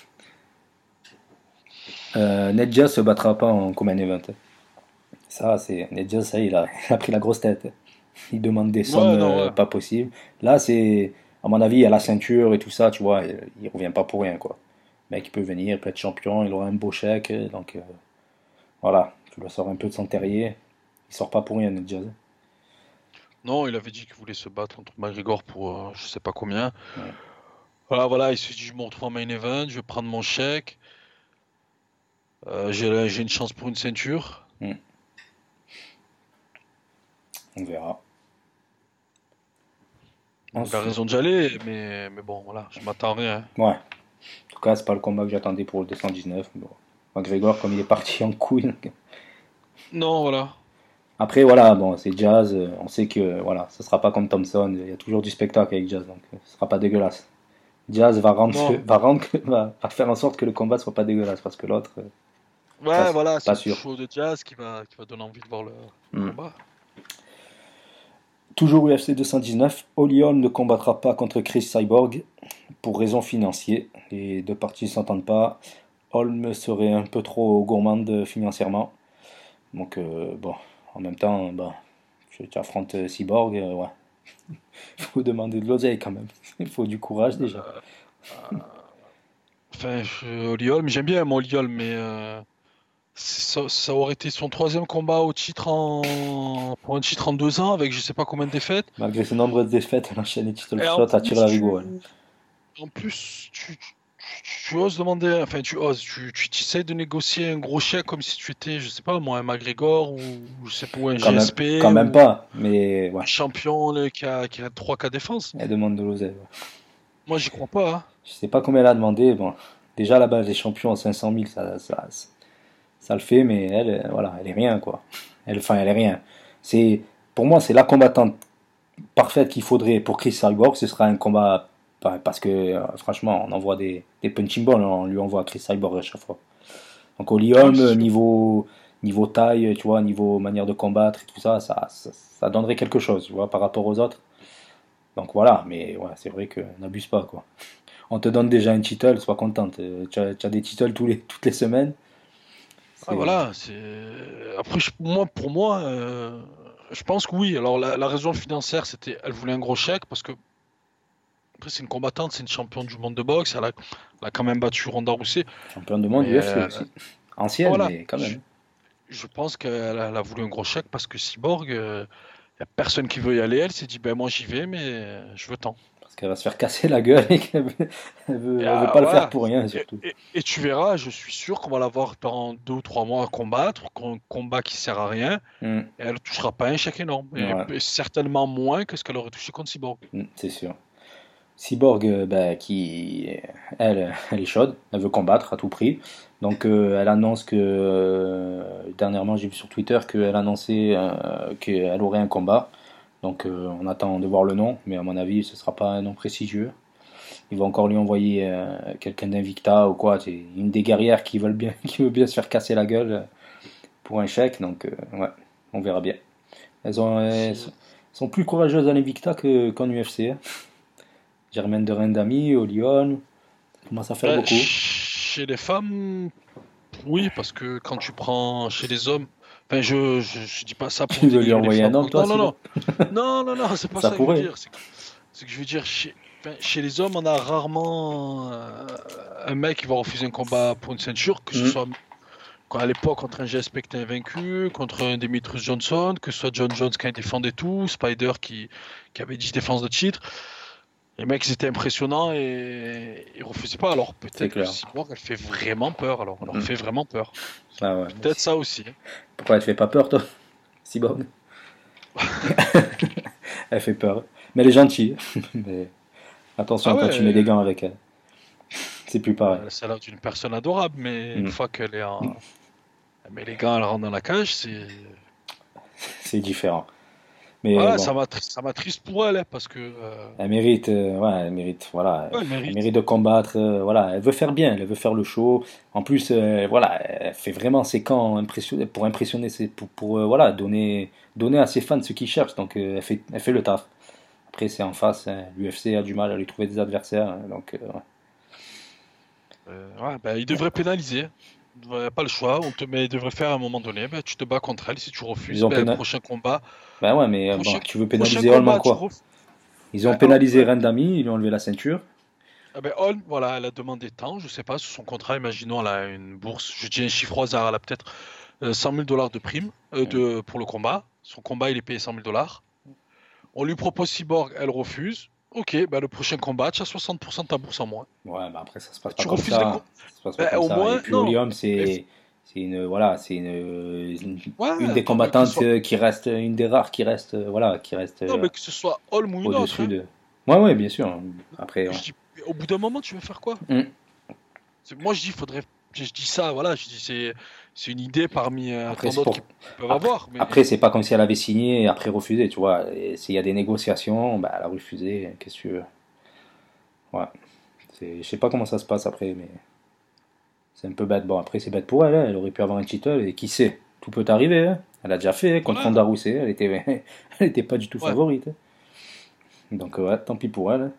Euh, Nedja se battra pas en Common Event. Ça, c'est Nedja, ça, il a, il a pris la grosse tête. Il demande des sommes Ouais, non, euh, ouais. pas possibles. Là, c'est, à mon avis, il a la ceinture et tout ça, tu vois, il, il revient pas pour rien, quoi. Le mec, il peut venir, il peut être champion, il aura un beau chèque, donc euh, voilà, tu le sors un peu de son terrier. Il sort pas pour rien, Nedja. Non, il avait dit qu'il voulait se battre contre McGregor pour euh, je sais pas combien. Ouais. Voilà, voilà, il s'est dit, je me retrouve en main event, je vais prendre mon chèque. Euh, j'ai, j'ai une chance pour une ceinture. Hmm. On verra. Il a Ensuite, raison d'y aller, mais, mais bon, voilà, je m'attends à rien. ouais. En tout cas, c'est pas le combat que j'attendais pour le deux cent dix-neuf. Bon. McGregor, comme il est parti en couille. donc- Non, voilà. Après, voilà, bon, c'est Jazz. euh, On sait que voilà, ce sera pas comme Thompson. Il y a toujours du spectacle avec Jazz, donc euh, ce sera pas dégueulasse. Jazz va rendre, Non. va rendre, va, va faire en sorte que le combat soit pas dégueulasse parce que l'autre, euh, pas, Ouais, voilà, pas c'est le sûr. show de jazz qui va, qui va donner envie de voir le, le Hmm. combat. Toujours U F C deux cent dix-neuf, Holly Holm ne combattra pas contre Chris Cyborg pour raisons financières. Les deux parties ne s'entendent pas. Holm serait un peu trop gourmande financièrement. Donc, euh, bon, en même temps, bah, tu, tu affrontes euh, Cyborg, euh, ouais. Il faut demander de l'oseille quand même. Il faut du courage déjà. Euh, euh, enfin, je, Holly Holm, j'aime bien moi Holly Holm, mais euh, ça, ça aurait été son troisième combat au titre en, pour un titre en deux ans avec je sais pas combien de défaites. Malgré ses nombreuses défaites, elle enchaîne les title Et en shots à tir plus, larigot. Elle. tu, en plus, tu, tu, tu oses demander, enfin, tu oses, tu, tu essaies de négocier un gros chèque comme si tu étais, je sais pas, moi, un McGregor ou, ou je sais pas, ou un Quand même, G S P quand même ou pas, mais ouais, un champion là, qui a, qui a trois cas défense. elle demande de l'oseille. Ouais. Moi, j'y crois pas, hein. Je sais pas combien elle a demandé. Bon, déjà là-bas, les champions à cinq cent mille, ça, ça, ça le fait, mais elle, euh, voilà, elle est rien quoi. Elle, enfin, elle est rien. C'est, pour moi, c'est la combattante parfaite qu'il faudrait pour Chris Cyborg. Ce sera un combat parce que euh, franchement, on envoie des, des punching balls, on lui envoie Chris Cyborg à chaque fois. Donc au Ouais, c'est Lyon, sûr. niveau, niveau taille, tu vois, niveau manière de combattre et tout ça, ça, ça, ça donnerait quelque chose, tu vois, par rapport aux autres. Donc voilà, mais ouais, c'est vrai qu'on n'abuse pas, quoi. On te donne déjà un title, sois contente. Euh, Tu as, tu as des titles tous les, toutes les semaines. Ah, C'est voilà, c'est. Après, je- moi, pour moi, euh, je pense que oui. Alors, la, la raison financière, c'était, elle voulait un gros chèque parce que, après, c'est une combattante, c'est une championne du monde de boxe. Elle a, elle a quand même battu Ronda Rousey. champion du monde Mais U F C euh, aussi. Ancienne, voilà, mais quand je, même. je pense qu'elle a, elle a voulu un gros chèque parce que Cyborg, il n'y a personne qui veut y aller. Elle s'est dit, ben moi j'y vais, mais euh, je veux tant. Parce qu'elle va se faire casser la gueule et qu'elle veut, elle Et veut, elle veut ah, pas le faire voilà. pour rien, Et, surtout. et- et tu verras, je suis sûr qu'on va la voir dans deux ou trois mois à combattre, un combat qui sert à rien. Hmm, Et elle ne touchera pas un chèque énorme. Et, ouais, et certainement moins que ce qu'elle aurait touché contre Cyborg. hmm, c'est sûr. Cyborg, euh, bah, qui, elle, elle est chaude, elle veut combattre à tout prix. Donc euh, elle annonce que, euh, dernièrement j'ai vu sur Twitter qu'elle annonçait euh, qu'elle aurait un combat. Donc euh, on attend de voir le nom, mais à mon avis ce sera pas un nom prestigieux. Il va encore lui envoyer euh, quelqu'un d'Invicta ou quoi. C'est une des guerrières qui veulent bien, qui veut bien se faire casser la gueule euh, pour un chèque. Donc euh, ouais, on verra bien. Elles, ont, elles C'est- sont sont plus courageuses à l'Invicta que, qu'en U F C. Hein. Germaine de Rendami, au Lyon, ça commence à faire Ben, beaucoup. chez les femmes, oui, parce que quand tu prends chez les hommes, enfin, je, je, je dis pas ça pour Tu veux lui dénigrer les envoyer un femmes. homme, toi, Non, non, Cyborg? non, non, non, non, c'est pas Ça ça que je veux pourrait. dire. C'est que, c'est que je veux dire, chez, enfin, chez les hommes, on a rarement euh, un mec qui va refuser un combat pour une ceinture, que ce Mm. soit quoi, à l'époque contre un G S P que t'as invaincu, contre un Demetrius Johnson, que ce soit John Jones qui a défendu tout, Spider qui, qui avait dix défenses de titre. Les mecs, ils étaient impressionnants et ils refusaient pas. Alors C'est peut-être que clair. Cyborg, elle fait vraiment peur. Alors, elle leur Mm. fait vraiment peur. Ah ouais. Peut-être ça aussi, hein. Pourquoi elle te fait pas peur, toi, Cyborg? Elle fait peur. Mais elle est gentille. Mais Ah attention quand tu mets des ouais, gants avec elle. C'est plus pareil. Euh, ça a l'air d'une personne adorable, mais une Mm. fois qu'elle est en. Mais les gars, elle rentre dans la cage, c'est. C'est différent. Mais Voilà, bon, ça m'attriste, ça m'attriste pour elle, hein, parce que. euh, elle mérite, euh, ouais, elle mérite, voilà, Ouais, elle elle mérite. mérite de combattre, euh, voilà, elle veut faire bien, elle veut faire le show. En plus, euh, voilà, elle fait vraiment ses camps impressionner, pour impressionner, ses, pour, pour euh, voilà, donner, donner à ses fans ce qu'ils cherchent. Donc, euh, elle fait, elle fait le taf. Après, c'est en face, hein, l'U F C a du mal à lui trouver des adversaires, hein, donc, euh, Euh, ouais, ben, il devrait pénaliser. Il devrait- pas le choix. On te met, il devrait faire à un moment donné. Ben, tu te bats contre elle. Si tu ils refuses, ont ben, pénal... prochain combat. Ben ouais, mais euh, bon, Prochain, tu veux prochain pénaliser Holm en combat, tu quoi? refuses. Ils ont Ben, Hol- pénalisé ouais. Rendami, ils lui ont enlevé la ceinture. Ah ben, Holm, voilà, elle a demandé tant. Je sais pas, sur son contrat, imaginons, elle a une bourse. Je dis un chiffre au hasard, elle a peut-être euh, cent mille dollars de prime euh, de, pour le combat. Son combat, il est payé cent mille dollars. On lui propose Cyborg, elle refuse. Ok, ben, le prochain combat, tu as soixante pour cent de ta bourse en moins. Ouais, bah après, ça se passe pas Tu comme refuses les ça. combats. Ça se passe pas Ben, comme au ça. Et moins, puis non. Olium, Mais, c'est c'est une voilà, c'est une, une, une ouais, des non, mais que ce combattantes soit, euh, qui reste, une des rares qui reste, euh, voilà, qui reste non, euh, mais que ce soit Holm ou une autre, au-dessus hein. de. Ouais, ouais, bien sûr. Après, Je ouais. dis, au bout d'un moment, tu veux faire quoi? Mm. C'est- Moi, je dis, faudrait. Je je dis ça, voilà, je dis, c'est, c'est une idée parmi euh, Après, tant c'est d'autres pour. qui peuvent Après, avoir, mais après c'est pas comme si elle avait signé et après refusé, tu vois. Et s'il y a des négociations, bah, elle a refusé. Qu'est-ce que tu veux? Ouais. C'est, je sais pas comment ça se passe après, mais c'est un peu bête. Bon, après, c'est bête pour elle, hein. Elle aurait pu avoir un title et qui sait, tout peut arriver, hein. Elle a déjà fait hein, contre voilà, Ronda Rousey, elle était, elle était pas du tout ouais. favorite, hein. Donc, ouais, tant pis pour elle, hein.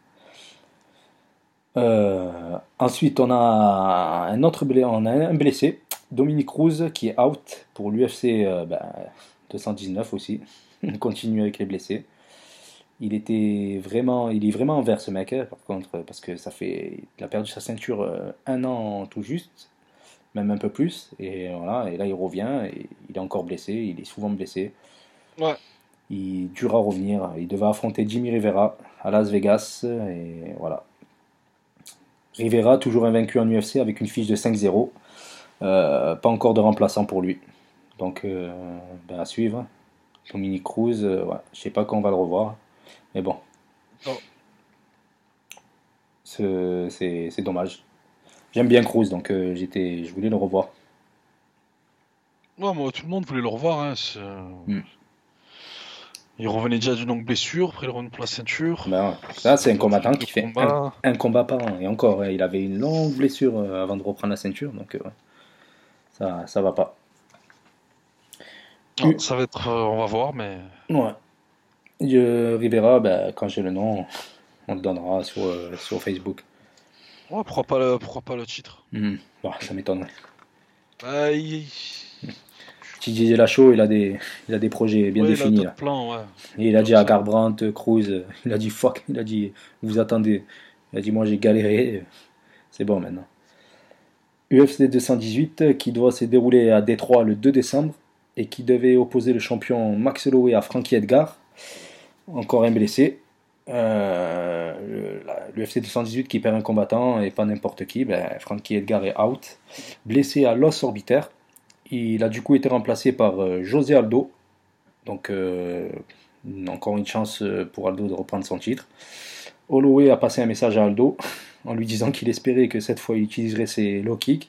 Euh, ensuite, on a un autre blessé, on a un blessé, Dominique Cruz, qui est out pour l'U F C euh, ben, deux cent dix-neuf aussi. On continue avec les blessés. Il était vraiment, il est vraiment envers ce mec, hein, par contre, parce que ça fait, il a perdu sa ceinture euh, un an tout juste, même un peu plus, et voilà, et là il revient, et il est encore blessé, il est souvent blessé. Ouais. Il dure à revenir, il devait affronter Jimmy Rivera à Las Vegas, et voilà. Rivera, toujours invaincu en U F C avec une fiche de cinq zéro. Euh, pas encore de remplaçant pour lui. Donc, euh, ben, à suivre. Dominique Cruz, euh, ouais, je sais pas quand on va le revoir. Mais bon, Non. c'est c'est- c'est dommage. J'aime bien Cruz, donc euh, j'étais, je voulais le revoir. Ouais, moi, tout le monde voulait le revoir, hein, c'est- Hmm. il revenait déjà d'une longue blessure, après il revenu pour la ceinture. Ben, ouais. Ça, c'est un Deux, combattant deux qui fait un, combats. un combat par an. Et encore, hein, il avait une longue blessure euh, avant de reprendre la ceinture, donc euh, ouais, ça, ça va pas. Non, ça va être, euh, on va voir, mais. Ouais. Je- Rivera, ben, quand j'ai le nom, on le donnera sur, euh, sur Facebook. Ouais, pourquoi pas le, pourquoi pas le titre? Hmm. Bon, ça m'étonnerait. Bah, il... T J Dillashaw, il a des, il a des projets bien Ouais, il a définis d'autres là. plans, ouais. Et il a Comme dit à ça. Garbrandt, Cruz, euh, il a dit fuck, il a dit vous attendez. Il a dit moi j'ai galéré, c'est bon maintenant. U F C deux cent dix-huit euh, qui doit se dérouler à Détroit le deux décembre et qui devait opposer le champion Max Holloway à Frankie Edgar. Encore un blessé. Euh, le- la- L'U F C deux cent dix-huit qui perd un combattant et pas n'importe qui. Ben, Frankie Edgar est out. Blessé à l'os orbitaire. Il a du coup été remplacé par euh, José Aldo. Donc, euh, encore une chance euh, pour Aldo de reprendre son titre. Holloway a passé un message à Aldo en lui disant qu'il espérait que cette fois il utiliserait ses low kicks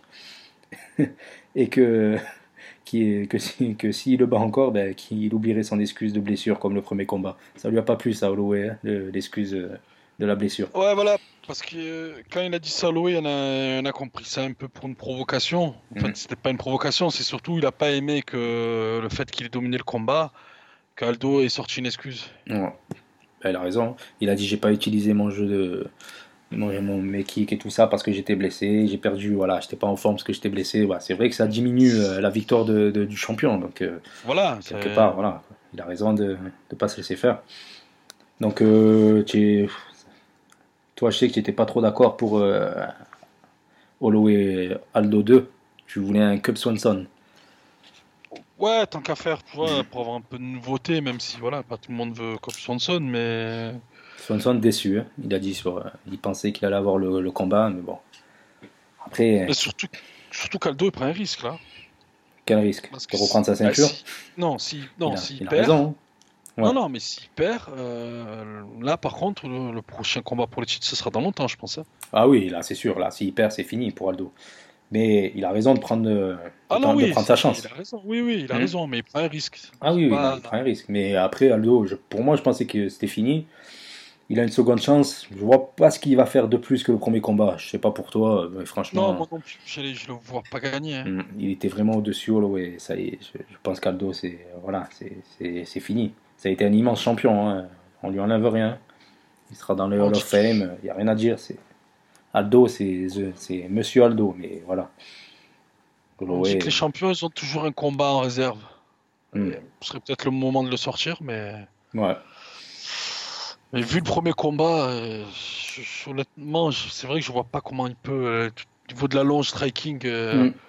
et que, qui- que, si, que s'il le bat encore, ben, qu'il oublierait son excuse de blessure comme le premier combat. Ça lui a pas plu ça, Holloway, hein, le- l'excuse euh, de la blessure. Ouais, voilà, parce que euh, quand il a dit ça à Loé, on a, on a compris ça un peu pour une provocation. En fait, Mhm. c'était pas une provocation, c'est surtout il a pas aimé que le fait qu'il ait dominé le combat, qu'Aldo ait sorti une excuse. Ouais. Ben, il a raison. Il a dit j'ai pas utilisé mon jeu de mon, mon- mes kicks et tout ça parce que j'étais blessé, j'ai perdu, voilà, j'étais pas en forme parce que j'étais blessé. Voilà, c'est vrai que ça diminue euh, la victoire de, de- du champion. Donc euh, Voilà, quelque c'est- part, voilà, il a raison de ne pas se laisser faire. Donc euh, tu es- toi, je sais que tu n'étais pas trop d'accord pour euh, Holloway Aldo deux. Tu voulais un Cub Swanson. ouais, tant qu'à faire, tu vois, pour avoir un peu de nouveauté, même si voilà, pas tout le monde veut Cobb Swanson, mais Swanson déçu, hein. Il a dit sur, euh, il pensait qu'il allait avoir le, le combat, mais bon. Après, mais surtout, surtout qu'Aldo il prend un risque là, quel risque parce de que reprendre sa si- bah, ceinture? si- non, si, non, Il a, s'il il a perd, raison, hein. Ouais. Non, non, mais s'il perd, euh, là par contre, le, le prochain combat pour le titre, ce sera dans longtemps, je pense, hein. Ah oui, là, c'est sûr. Là, s'il perd, c'est fini pour Aldo. Mais il a raison de prendre, euh, de, Ah non, de oui, prendre sa c'est- il chance. a raison. Oui, oui, il a Hmm. raison, mais il prend un risque. Ah C'est oui, oui, non, pas. il prend un risque. Mais après, Aldo, je- pour moi, je pensais que c'était fini. Il a une seconde chance. Je vois pas ce qu'il va faire de plus que le premier combat. Je sais pas pour toi, mais Non, franchement, moi non plus, j'allais- je le vois pas gagner, hein. hmm, il était vraiment au-dessus Holloway. Ça y est, je, je pense qu'Aldo, c'est voilà, c'est c'est- c'est fini. Ça a été un immense champion, hein. On lui enlève rien. Il sera dans le On Hall dit, of Fame. Il n'y a rien à dire. C'est Aldo, c'est c'est Monsieur Aldo. Mais voilà, on dit que les Holloway. champions, ils ont toujours un combat en réserve. Hmm, Et ce serait peut-être le moment de le sortir, mais. ouais. Mais vu le premier combat, euh, je- je- honnêtement, je- c'est vrai que je vois pas comment il peut. Euh, tout- au niveau de la longe striking, euh, Hmm.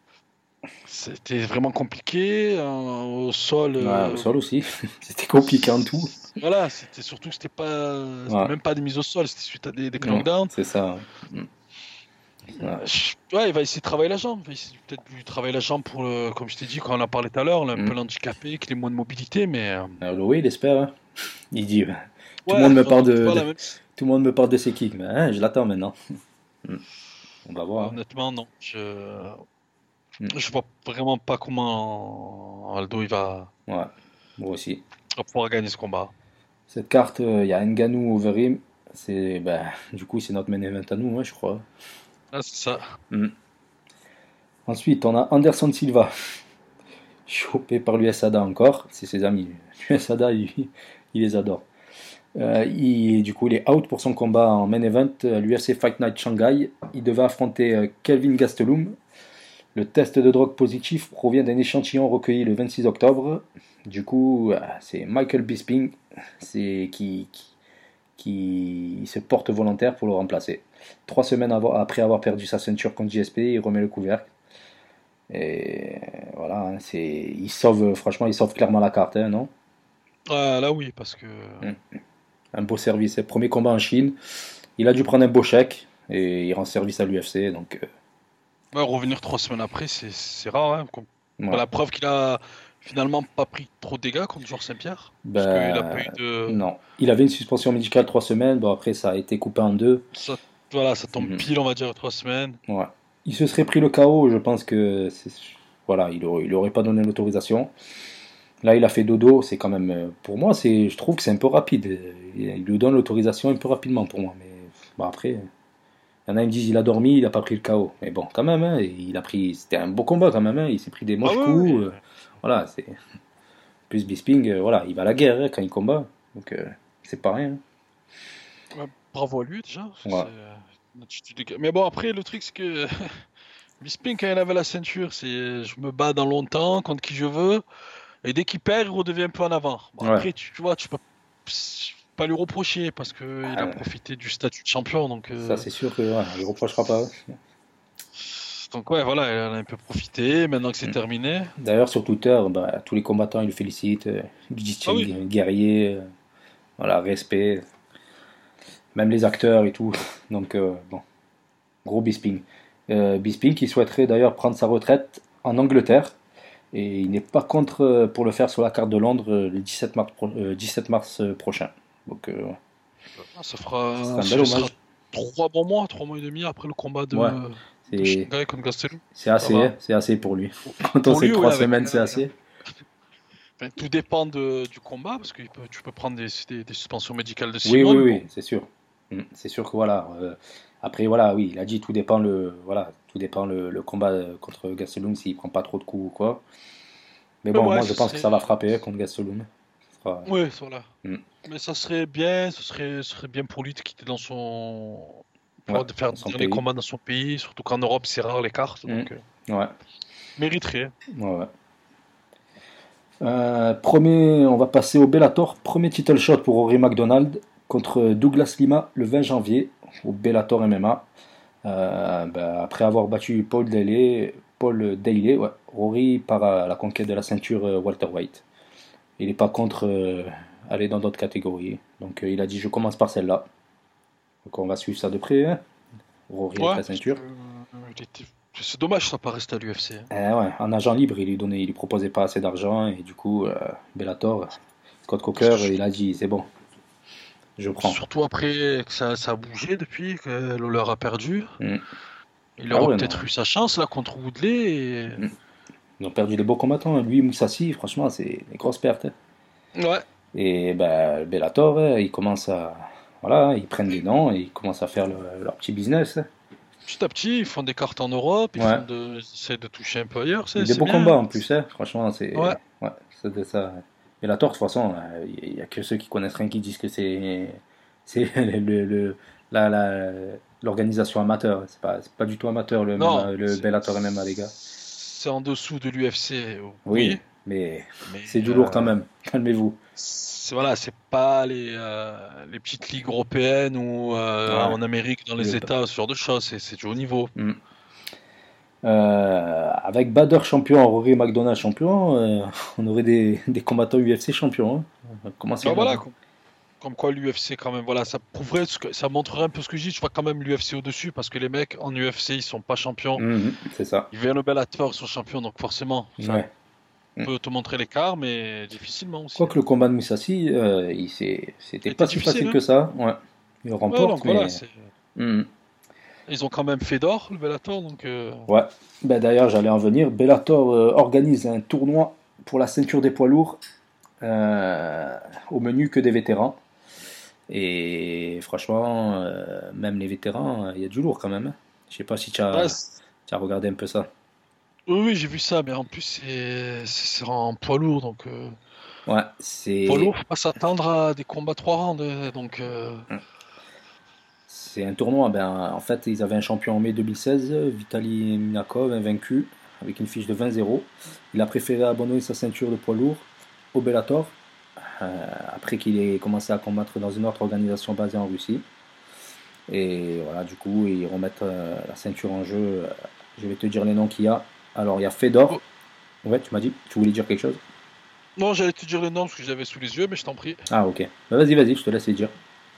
c'était vraiment compliqué. Euh, au sol, Ouais, au euh, sol aussi. C'était compliqué en tout. voilà, c'était surtout que c'était pas, c'était Ouais. même pas des mises au sol, c'était suite à des, des Non, knockdowns. c'est ça. Hmm. Ouais. Euh, je- Ouais, il va essayer de travailler la jambe. Il va essayer peut-être lui travailler la jambe pour le, comme je t'ai dit quand on en a parlé tout à l'heure, là, un Hmm. peu l'handicapé, qu'il ait moins de mobilité, mais euh, Holloway, il espère, hein. Il dit, euh, tout le ouais, monde me parle on dit de, pas de- la même. tout le monde me parle de ses kicks, mais hein, je l'attends maintenant. Hmm. On va Ouais, voir, hein. honnêtement, non. Je, Hmm. je vois vraiment pas comment Aldo il va, Ouais, moi aussi. va pouvoir gagner ce combat. Cette carte, euh, il y a Ngannou Overeem. C'est, ben, du coup, c'est notre main event à nous, hein, je crois. Ah, c'est ça. Hmm. Ensuite, on a Anderson Silva, chopé par l'U S A D A encore. C'est ses amis. L'U S A D A, il, il les adore. Euh, il, du coup, il est out pour son combat en main event à l'U F C Fight Night Shanghai. Il devait affronter euh, Kelvin Gastelum. Le test de drogue positif provient d'un échantillon recueilli le vingt-six octobre. Du coup, euh, c'est Michael Bisping c'est, qui, qui, qui se porte volontaire pour le remplacer. Trois semaines avant- après avoir perdu sa ceinture contre J S P, il remet le couvercle. Et voilà, hein, c'est, il sauve, franchement, il sauve clairement la carte, hein, non? Ah, là, oui, parce que. Mm. Un beau service. Premier combat en Chine. Il a dû prendre un beau chèque et il rend service à l'U F C. Donc, Ouais, revenir trois semaines après, c'est c'est rare, hein. Comme- euh, bah, ouais. la preuve qu'il a finalement pas pris trop de dégâts contre Georges Saint-Pierre. Parce qu'il a pas Ben, eu de. non. Il avait une suspension médicale trois semaines. Bon, après, ça a été coupé en deux. Ça, voilà, ça tombe Mhm. pile, on va dire, trois semaines. Ouais. Il se serait pris le K O. Je pense que c'est- voilà, il aurait, il aurait pas donné l'autorisation. Là, il a fait dodo. C'est quand même, euh, pour moi, c'est, je trouve que c'est un peu rapide. Il, il lui donne l'autorisation un peu rapidement pour moi. Mais bon, après, il y en a qui me disent il a dormi, il a pas pris le K O. Mais bon, quand même, hein, il a pris. C'était un beau combat quand même. Hein, il s'est pris des Ah moches ouais, coups. ouais. euh, voilà, c'est plus Bisping. euh, voilà, il va à la guerre hein, quand il combat. Donc, euh, c'est pas rien. Ouais, bravo à lui déjà, parce que Ouais. c'est euh, une attitude de gars. Mais bon, après, le truc, c'est que Bisping, quand il avait la ceinture, c'est je me bats dans longtemps, contre qui je veux, et dès qu'il perd, il redevient un peu en avant. Bon, Ouais. après, tu, tu vois, tu peux pas lui reprocher, parce qu'il a Ah, profité du statut de champion, donc, ça, euh, c'est sûr que ouais, on lui reprochera pas. donc ouais, voilà, il en a un peu profité, maintenant que c'est Mm. terminé. D'ailleurs, sur Twitter, bah, tous les combattants, ils le félicitent. euh, Ils disent Ah c'est oui, un guerrier. euh, Voilà, respect. Même les acteurs et tout. Donc, euh, bon, gros Bisping. Euh, Bisping qui souhaiterait d'ailleurs prendre sa retraite en Angleterre. Et il n'est pas contre euh, pour le faire sur la carte de Londres euh, le dix-sept mars, pro- euh, dix-sept mars euh, prochain. Donc, euh, ah, ça ce fera, serait un bel ce sera hommage. trois bons mois, trois mois et demi après le combat Ouais, de, de c'est Shanghai contre Gastelum. c'est Ça assez, va. hein, c'est assez pour lui. Quand on Pour sait que lui, oui, trois avec. semaines, c'est euh, assez. Enfin, tout dépend de- du combat, parce que tu peux, tu peux prendre des, des- des suspensions médicales de six Oui, mois, oui, mais oui, bon. c'est sûr. Mm, C'est sûr que voilà. euh, après, voilà, oui, il a dit tout dépend le, voilà, tout dépend le, le combat euh, contre Gastelum s'il prend pas trop de coups ou quoi. Mais Mais bon, ouais, moi je ce pense que ça va serait. frapper hein, contre Gastelum. Ce sera- Ouais, voilà. Mm, Mais ça serait bien, ce serait, ce serait bien pour lui de quitter dans son. ouais, Pouvoir de faire dans des son derniers pays. combats dans son pays, surtout qu'en Europe c'est rare les cartes, Mm, donc euh, ouais, mériterait. ouais, ouais. Euh, premier, on va passer au Bellator. Premier title shot pour Rory McDonald contre Douglas Lima le vingt janvier au Bellator M M A. Euh, bah, après avoir battu Paul Daly, Paul Daly, ouais, Rory part à la conquête de la ceinture euh, welterweight. Il n'est pas contre euh, aller dans d'autres catégories. Donc euh, il a dit je commence par celle-là. Donc on va suivre ça de près. Hein. Rory avec Ouais, la parce que ceinture. euh, il était- c'est dommage ça pas rester à l'U F C, hein. Eh ouais, en agent libre, il lui donnait, il lui proposait pas assez d'argent et du coup euh, Bellator Scott Coker, il a dit c'est bon, je prends. Surtout après que ça, ça a bougé depuis que Lawler a perdu. Mm. Il Ah aura ouais, peut-être non. eu sa chance là contre Woodley. Et... Mm. Ils ont perdu des beaux combattants, hein. Lui, Moussassi, franchement, c'est des grosses pertes, hein. Ouais. Et ben, Bellator, hein, ils commencent à. Voilà, ils prennent des noms et ils commencent à faire le- leur petit business, hein. Petit à petit, ils font des cartes en Europe, ils, Ouais. font de... ils essaient de toucher un peu ailleurs. C'est Des c'est beaux bien. combats en plus, hein. Franchement, c'est. Ouais. Ouais, c'est ça. Bellator, de toute façon, il n'y a que ceux qui connaissent rien qui disent que c'est. C'est le, le- la- la- l'organisation amateur. C'est pas, c'est pas du tout amateur le, Non, M M A le c'est Bellator M M A, les gars. c'est en dessous de l'U F C, Oui, oui, mais mais c'est du lourd euh, quand même. Calmez-vous. c'est voilà, c'est pas les, euh, les petites ligues européennes ou euh, Ouais. en Amérique, dans les Le- États, ce genre de choses. C'est c'est du haut niveau. Mm. Euh, avec Bader champion, Rory McDonald champion, euh, on aurait des, des combattants U F C champions, hein. Comment c'est Bah grave, voilà, hein. com- comme, quoi l'U F C quand même, voilà, ça prouverait, ce que, ça montrerait un peu ce que je dis. Je vois quand même l'U F C au-dessus parce que les mecs en U F C ils sont pas champions. Mhm, c'est ça. Ils viennent au Bellator, ils sont champions, donc forcément ça Ouais. peut te montrer l'écart, mais difficilement aussi. Quoique le combat de Moussassi, euh, il s'est- c'était Il pas était si difficile, facile hein. que ça. Ouais. Il Ouais, remporte, donc voilà, mais. c'est- Mhm. ils ont quand même fait d'or le Bellator, donc euh, Ouais. Ben, d'ailleurs, j'allais en venir. Bellator euh, organise un tournoi pour la ceinture des poids lourds, euh, au menu que des vétérans. Et franchement, euh, même les vétérans, il y a du lourd quand même, hein. Je sais pas si tu ouais, as, c'est- tu as regardé un peu ça. oui, oui, j'ai vu ça, mais en plus c'est c'est c'est en poids lourd, donc euh, Ouais, poids c'est lourd, faut pas s'attendre à des combats trois rounds, euh, donc euh, c'est un tournoi. Ben, en fait, ils avaient un champion en mai deux mille seize, Vitaly Minakov, invaincu, avec une fiche de vingt zéro. Il a préféré abandonner sa ceinture de poids lourd au Bellator, euh, après qu'il ait commencé à combattre dans une autre organisation basée en Russie. Et voilà, du coup, ils remettent euh, la ceinture en jeu. Euh, Je vais te dire les noms qu'il y a. Alors, il y a Fedor. oh, Ouais, tu m'as dit, tu voulais dire quelque chose? non, j'allais te dire les noms parce que je l'avais sous les yeux, mais je t'en prie. Ah, ok. Bah, vas-y, vas-y, je te laisse les dire.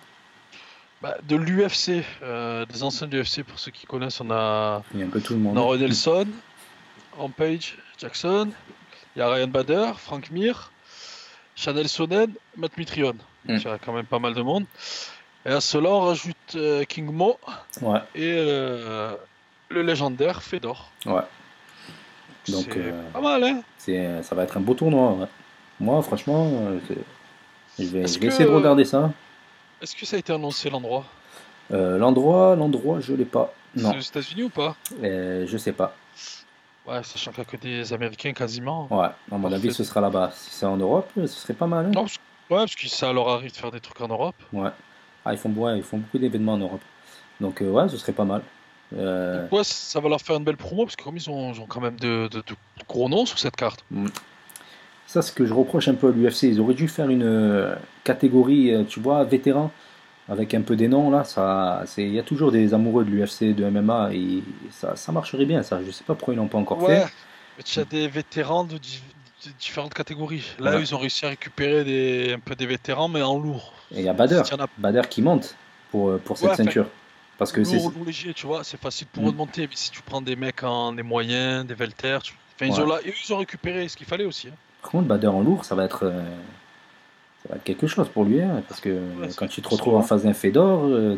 Bah, de l'U F C, euh, des anciens de l'U F C, pour ceux qui connaissent, on a Il y a un peu tout le monde. Naro Nelson, Rampage Jackson, il y a Ryan Bader, Frank Mir, Chanel Sonnen, Matt Mitrione. Mm. Il y a quand même pas mal de monde. Et à cela, on rajoute euh, King Mo Ouais, et euh, le légendaire Fedor. ouais. Donc, C'est euh, pas mal, hein? c'est, ça va être un beau tournoi, ouais. Moi, franchement, euh, c'est- je vais, Est-ce je vais essayer de que, regarder ça. est-ce que ça a été annoncé l'endroit? Euh, l'endroit, l'endroit, je l'ai pas. C'est Non, aux États-Unis ou pas? Euh, je sais pas. Ouais, sachant qu'il n'y a que des Américains quasiment. Ouais, à mon avis, Parfait. ce sera là-bas. Si c'est en Europe, ce serait pas mal, hein. Non, parce... ouais, parce que ça leur arrive de faire des trucs en Europe. Ouais. Ah, ils font, ouais, ils font beaucoup d'événements en Europe. Donc, euh, ouais, ce serait pas mal. Euh, Ouais, ça va leur faire une belle promo parce que comme ils ont, ils ont quand même de, de- de gros noms sur cette carte. mm. Ça, c'est ce que je reproche un peu à l'U F C. Ils auraient dû faire une euh, catégorie, euh, tu vois, vétéran, avec un peu des noms, là. Ça, c'est, il y a toujours des amoureux de l'U F C, de M M A, et ça, ça marcherait bien, ça. Je sais pas pourquoi ils l'ont pas encore Ouais, fait. mais tu as des vétérans de, di- de différentes catégories. Là, Ouais. ils ont réussi à récupérer des, un peu des vétérans, mais en lourd. Et il y a Bader, Si y en a Bader qui monte pour, euh, pour cette ouais, enfin, ceinture. Parce que c'est. lourd, lourd léger, tu vois, c'est facile pour Mm. eux de monter. Mais si tu prends des mecs en des moyens, des welter, tu... enfin, ils Ouais. ont là, et eux, ils ont récupéré ce qu'il fallait aussi, hein. Par contre, Bader en lourd, ça va être, euh, ça va être quelque chose pour lui, hein, parce que Ouais, quand c'est tu te retrouves en face d'un Fedor, euh,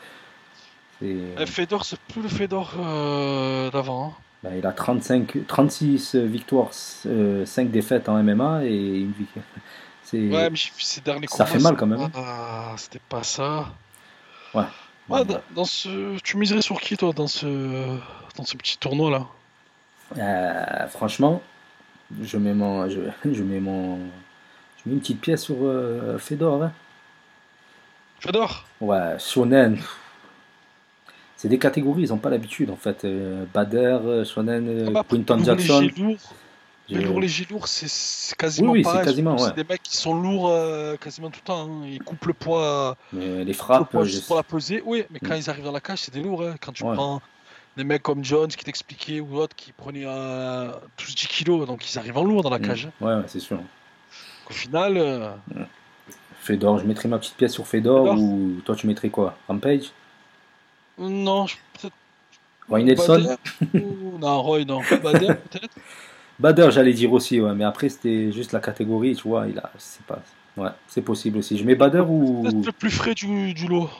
c'est, Eh, Fedor, c'est plus le Fedor euh, d'avant, hein. bah, il a trente-cinq, trente-six victoires, euh, cinq défaites en M M A et une vie. C'est, Ouais, mais j'ai vu ces derniers ça combats, fait mal c'était quand même, hein. pas- c'était pas ça. Ouais. Ouais, Bon, dans, dans ce, tu miserais sur qui toi dans ce, dans ce petit tournoi là? euh, franchement, je mets mon, je, je mets mon, je mets une petite pièce sur euh, Fedor, hein. Fedor? Ouais, Shonen. pff, C'est des catégories, ils n'ont pas l'habitude en fait. Euh, Bader, euh, Shonen, Ah euh, bah, Quinton lourd, Jackson. léger, lourd. Mais je- lourd, léger, lourd, c'est c'est Oui, quasiment oui, c'est pareil. quasiment, C'est ouais. des mecs qui sont lourds euh, quasiment tout le temps, hein. Ils coupent le poids, Mais les le frappes, poids euh, je juste pour la peser. Oui, mais quand Mm. ils arrivent dans la cage, c'est des lourds, hein. Quand tu Ouais. prends des mecs comme Jones qui t'expliquait ou d'autres qui prenaient euh, tous dix kilos, donc ils arrivent en lourd dans la Mm. cage, hein. Ouais, ouais, c'est sûr. Au final, euh, Fedor, je mettrais ma petite pièce sur Fedor Fedor? ou toi tu mettrais quoi? Rampage? Non, je- peut-être Roy Nelson? Bader ou- Non, Roy, non. Bader, peut-être? Bader, j'allais dire aussi, ouais, mais après c'était juste la catégorie, tu vois, il a, je sais pas. Ouais, c'est possible aussi. Je mets Bader Peut-être ou le plus frais du, du lot.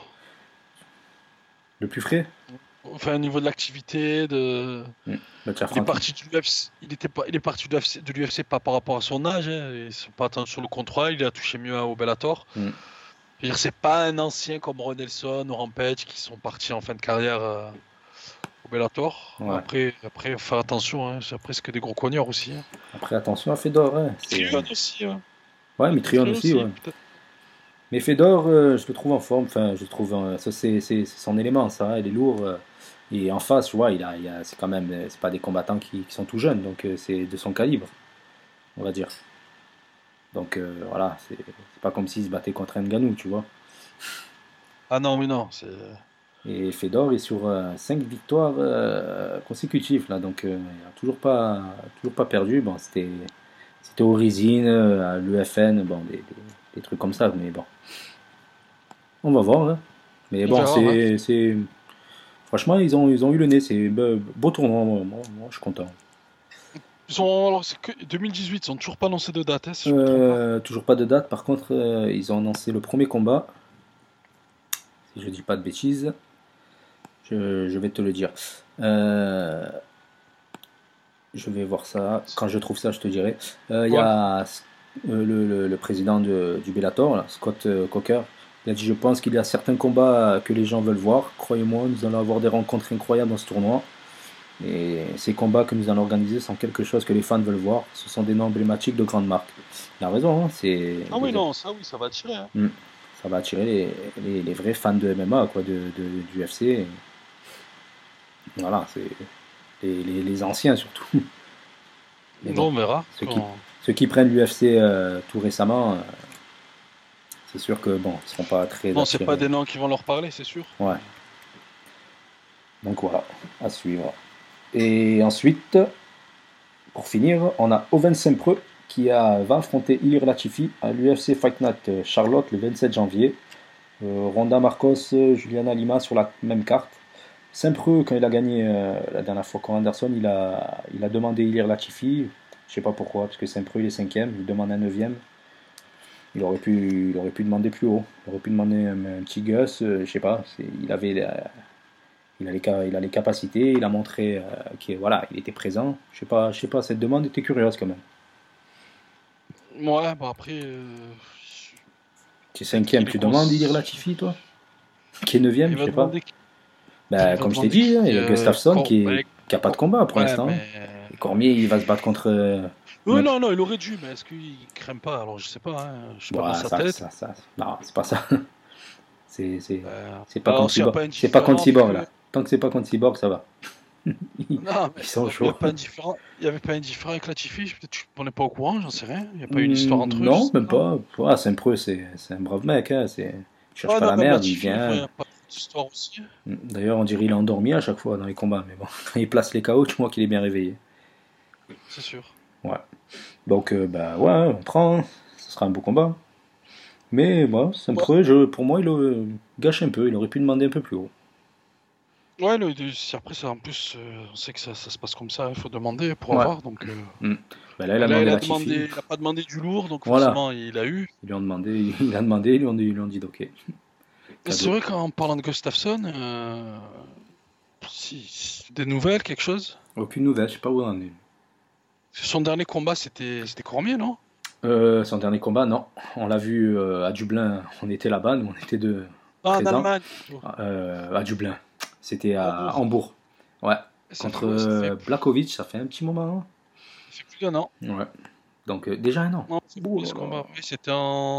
le plus frais? Enfin, au niveau de l'activité, de... Hmm. Bah, tiens, il est Francky. parti de l'U F C, il était pas, il est parti de l'U F C, de l'U F C pas par rapport à son âge, hein, ils sont pas attendus sur le contrat, il a touché mieux au Bellator. Hmm. Je veux dire, c'est pas un ancien comme Ron Nelson ou Rampage qui sont partis en fin de carrière euh, au Bellator. Ouais. Après, après, faut faire attention, hein, après c'est que des gros cognards aussi. Hein. Après, attention à Fedor. Ouais, c'est... Mitrione aussi, hein. ouais Mitrione Mitrione aussi. aussi, Ouais. peut-être. Mais Fedor, euh, je le trouve en forme. Enfin, je le trouve. euh, ça, c'est, c'est, c'est son élément, ça. Il est lourd. euh, et en face, tu vois, il a, il a, c'est quand même. euh, C'est pas des combattants qui, qui sont tout jeunes. Donc, euh, c'est de son calibre, on va dire. Donc, euh, voilà. C'est, c'est pas comme s'il se battait contre Ngannou, tu vois. Ah non, mais non, c'est. Et Fedor est sur cinq victoires euh, consécutives, là. Donc, euh, il a toujours pas, toujours pas perdu. Bon, c'était, c'était au Rizin, euh, à l'U F N. Bon, des, des, des trucs comme ça. Mais bon, on va voir. Hein. Mais On bon, verra, ouais. c'est, c'est, franchement, ils ont, ils ont eu le nez. C'est be- beau tournoi. Moi, moi, moi, je suis content. Ils sont, alors, c'est que deux mille dix-huit, ils ont toujours pas annoncé de date, hein, si je me trompe pas. Euh, toujours pas de date. Par contre, euh, ils ont annoncé le premier combat. Si je dis pas de bêtises, je, je vais te le dire. Euh, je vais voir ça. Quand je trouve ça, je te dirai. Euh, Il y Ouais. a euh, le, le- le président de- du Bellator, là, Scott euh, Coker. Il a dit: je pense qu'il y a certains combats que les gens veulent voir. Croyez-moi, nous allons avoir des rencontres incroyables dans ce tournoi. Et ces combats que nous allons organiser sont quelque chose que les fans veulent voir. Ce sont des noms emblématiques de grandes marques. Il a raison, hein, c'est Ah oui, les- non, ça oui, ça va attirer. Hein. Hmm. Ça va attirer les, les- les vrais fans de M M A, quoi, de, de- du U F C. Et voilà, c'est les, les- les anciens surtout. Mais Bon, bon, on verra. ceux qui, Quand- ceux qui prennent l'U F C euh, tout récemment, euh, c'est sûr que bon, ils seront pas très Bon, c'est pas attirés. des noms qui vont leur parler, c'est sûr. Ouais, donc voilà, à suivre. Et ensuite, pour finir, on a Oven Sempreux qui a, va affronter Ilir Latifi à l'U F C Fight Night Charlotte le vingt-sept janvier. Euh, Ronda Marcos, Juliana Lima sur la même carte. Sempreux, quand il a gagné euh, la dernière fois contre Anderson, il a, il a demandé Ilir Latifi. Je sais pas pourquoi, parce que Sempreux il est cinquième, il demande un neuvième. Il aurait pu, il aurait pu demander plus haut. Il aurait pu demander un, un petit Gus, euh, je sais pas. C'est- il avait, la- il a les, ca- il a les capacités, il a montré euh, qu'il voilà, il était présent. Je sais pas, je sais pas. Cette demande était curieuse quand même. Ouais, bon après, euh, Tu es peut-être qu'il cinquième, est tu cons... demandes Ilir Latifi, toi? Qui est neuvième, Il je va sais pas. demander qui, Bah, il va comme je t'ai demander dit, hein, il qui, y a euh, Gustafsson Cor- qui, est, ouais, qui a pas de Cor- combat pour ouais, l'instant. mais. Et Cormier, il va se battre contre. euh, Oui, même- non, non, il aurait dû, mais est-ce qu'il craint pas? Alors, je sais pas, hein, je suis pas dans Ouais, sa ça, tête. ça, ça. Non, c'est pas ça. C'est, c'est, Euh, c'est pas contre alors, s'il n'y a Cyborg. pas C'est pas contre indifférent, Cyborg que. là. Tant que c'est pas contre Cyborg, ça va. Ils Non, mais sont il n'y a chauds. pas indifférent. Il y avait pas indifférent avec Latifi, peut-être qu'on n'est pas au courant, j'en sais rien. Il n'y a pas eu une histoire Hmm, entre eux, je non, sais même pas. pas. Ah, Saint-Preux, c'est, c'est un brave mec. Hein. C'est, il cherche Ouais, pas non, la même merde, il Latifi, il n'y vient. a pas d'histoire aussi. Hmm, D'ailleurs, on dirait qu'il est endormi à chaque fois dans les combats. Mais bon, quand il place les K O, tu vois qu'il est bien réveillé. C'est sûr. Ouais. Donc, euh, bah ouais, on prend. Ce sera un beau combat. Mais bon, Ouais, Saint-Preux, je, pour moi, il euh, gâche un peu. Il aurait pu demander un peu plus haut. ouais le, le- si après, ça, en plus, euh, on sait que ça, ça se passe comme ça, il faut demander pour Ouais. avoir. Donc, euh, Hmm. Bah là, il bah a là, demandé il a Latifi. demandé, il a pas demandé du lourd, donc Voilà. forcément, il a eu. Ils lui ont demandé, il a demandé, ils lui ont dit, ils lui ont dit ok. Mais c'est Cadeau. vrai qu'en parlant de Gustafsson, euh, si, si- des nouvelles, quelque chose? Aucune nouvelle, je sais pas où on en est. Son dernier combat, c'était c'était Cormier, non? Euh, son dernier combat, non. On l'a vu euh, à Dublin. On était là-bas, nous, on était deux Ah, en présents. Allemagne, plutôt. Euh, à Dublin. C'était à Hambourg. Hambourg. Ouais. Ça Contre fait, ouais, ça fait, euh, Blakovic, ça fait un petit moment. ça fait plus d'un an. Hein. Ouais. Donc euh, déjà un an. Non, c'est Ouh plus ce là combat. là. Oui, c'était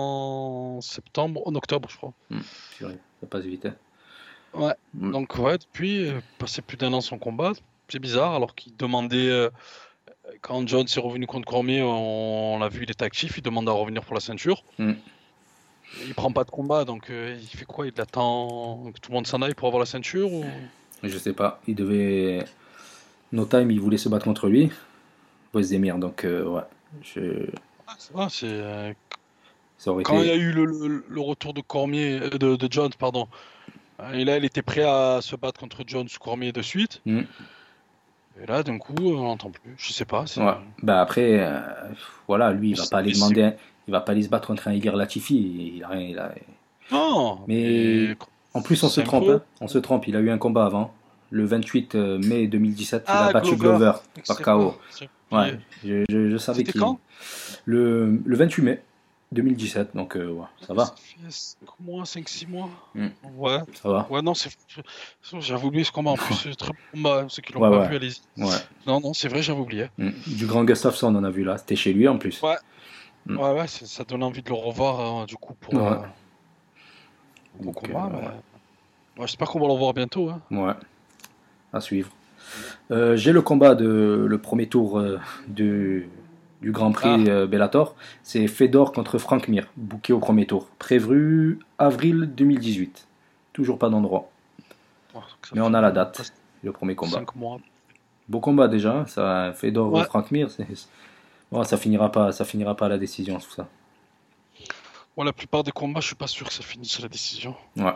en septembre, en octobre, je crois. Hmm, purée, ça passe vite. Hein. Ouais. Hmm. Donc, ouais, depuis, euh, passé plus d'un an son combat. C'est bizarre, alors qu'il demandait. euh, quand Jones est revenu contre Cormier, on, on l'a vu, il était actif, il demande à revenir pour la ceinture. Hmm. Il prend pas de combat, donc euh, il fait quoi? Il attend que tout le monde s'en aille pour avoir la ceinture ou... Je sais pas. Il devait. No Time, il voulait se battre contre lui. Bozdemir. Donc euh, ouais. Je... Ah, c'est vrai, c'est. euh, Ça aurait Quand il y a été. eu le, le- le retour de Cormier, euh, de, de Jones, pardon, euh, et là, il était prêt à se battre contre Jones Cormier de suite. Hmm. Et là, d'un coup, on l'entend plus. Je sais pas. C'est Ouais. Bah après, euh, voilà, lui, il va c'est- pas aller c'est- demander, un- il va pas aller se battre contre un Ilir Latifi. Il a rien, il a... Non. Mais mais- en plus, on se c'est un trompe. peu- hein. On se trompe. Il a eu un combat avant. Le vingt-huit mai deux mille dix-sept, il Ah, a battu Glover. Glover par C'est K O. quoi J'ai Ouais, oublié. je, je, je savais C'était qu'il. quand Le, le vingt-huit mai deux mille dix-sept, donc euh, ouais, ça va. Ça fait cinq mois, cinq six mois. Mm. Ouais. Ça va. Ouais, non, c'est. J'avais oublié ce combat en plus. C'est très bon combat. Ceux qui l'ont Ouais, pas ouais. vu, allez-y. Ouais. Non, non, c'est vrai, j'avais oublié. Mm. Du grand Gustafsson, on en a vu là. C'était chez lui en plus. Ouais. Mm. Ouais, ouais, c'est- ça donne envie de le revoir, hein, du coup, pour. Ouais. euh, au Donc, combat. euh, mais- ouais. Ouais, j'espère qu'on va le revoir bientôt. Hein. Ouais. À suivre. Euh, j'ai le combat de le premier tour euh, de, du Grand Prix Ah. euh, Bellator. C'est Fedor contre Frank Mir, booké au premier tour. Prévu avril deux mille dix-huit. Toujours pas d'endroit. Ouais, ça Mais on fait a la date. Le premier combat. cinq mois. Beau combat déjà. Ça, Fedor Ouais. Frank Mir, c'est... Bon, ça finira pas, ça finira pas à la décision tout ça. Ouais, la plupart des combats, je suis pas sûr que ça finisse à la décision. Ouais.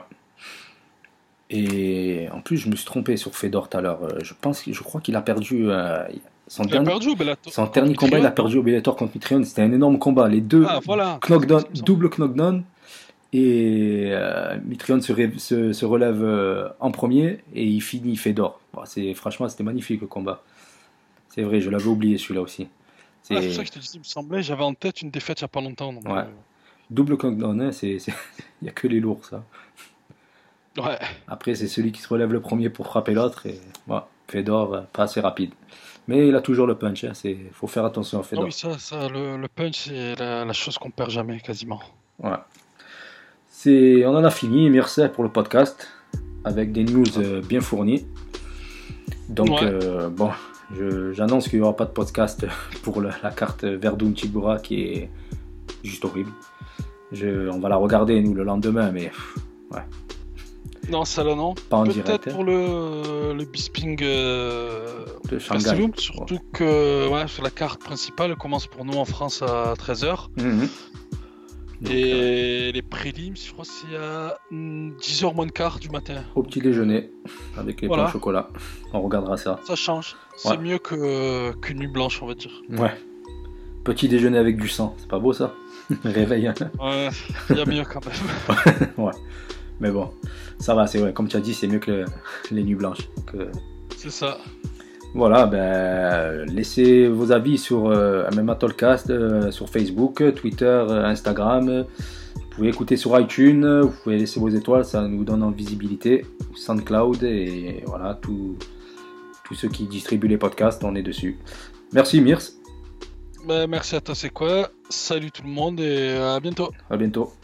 Et en plus, je me suis trompé sur Fedor tout à l'heure. Euh, Je pense, que- je crois qu'il a perdu euh, son Il a dernier, perdu au Bellator. son dernier combat. Il a perdu au Bellator contre Mitrione. C'était un énorme combat. Les deux Ah, voilà. knockdown, C'est ça. double knockdown. Et euh, Mitrione se, ré- se, se relève euh, en premier et il finit Fedor. Bon, c'est franchement, c'était magnifique le combat. C'est vrai, je l'avais oublié celui-là aussi. C'est Ah, c'est pour ça que je te dis, il me semblait, j'avais en tête une défaite il y a pas longtemps. Donc, Ouais. double knockdown. Hein, c'est, c'est... il y a que les lourds ça. euh, ouais. Après, c'est celui qui se relève le premier pour frapper l'autre. Et voilà, Fedor, euh, pas assez rapide. Mais il a toujours le punch. Il hein, faut faire attention à Ah Fedor. oui, ça, ça le, le punch, c'est la, la chose qu'on perd jamais, quasiment. Ouais. C'est... On en a fini. Merci pour le podcast. Avec des news euh, bien fournies. Donc, Ouais. euh, bon, je- j'annonce qu'il n'y aura pas de podcast pour la, la carte Verdun Chibura qui est juste horrible. Je, on va la regarder, nous, le lendemain, mais pff, Non, ça là, non. pas en Peut-être direct. hein. pour le, le Bisping euh, De Shanghai. Festival, surtout que ouais, sur la carte principale, elle commence pour nous en France à treize heures. Mhm. Donc, euh, Et les prélims, je crois que c'est à mm, dix heures moins de quart du matin. au petit déjeuner, avec les Voilà. pains au chocolat. On regardera ça. Ça change. C'est Ouais. mieux que qu'une nuit blanche, on va dire. Ouais. Petit déjeuner avec du sang, c'est pas beau ça? Réveil. Hein. Ouais, il y a mieux quand même. Ouais. Mais bon, ça va, c'est vrai. Comme tu as dit, c'est mieux que le- les nuits blanches. Donc, euh, C'est ça. voilà, ben, laissez vos avis sur euh, M M A Talkcast, euh, sur Facebook, Twitter, euh, Instagram. Vous pouvez écouter sur iTunes, vous pouvez laisser vos étoiles, ça nous donne en visibilité. SoundCloud et voilà, tout- tous ceux qui distribuent les podcasts, on est dessus. Merci Mirs, Ben, merci à toi, c'est quoi. Salut tout le monde et à bientôt. à bientôt.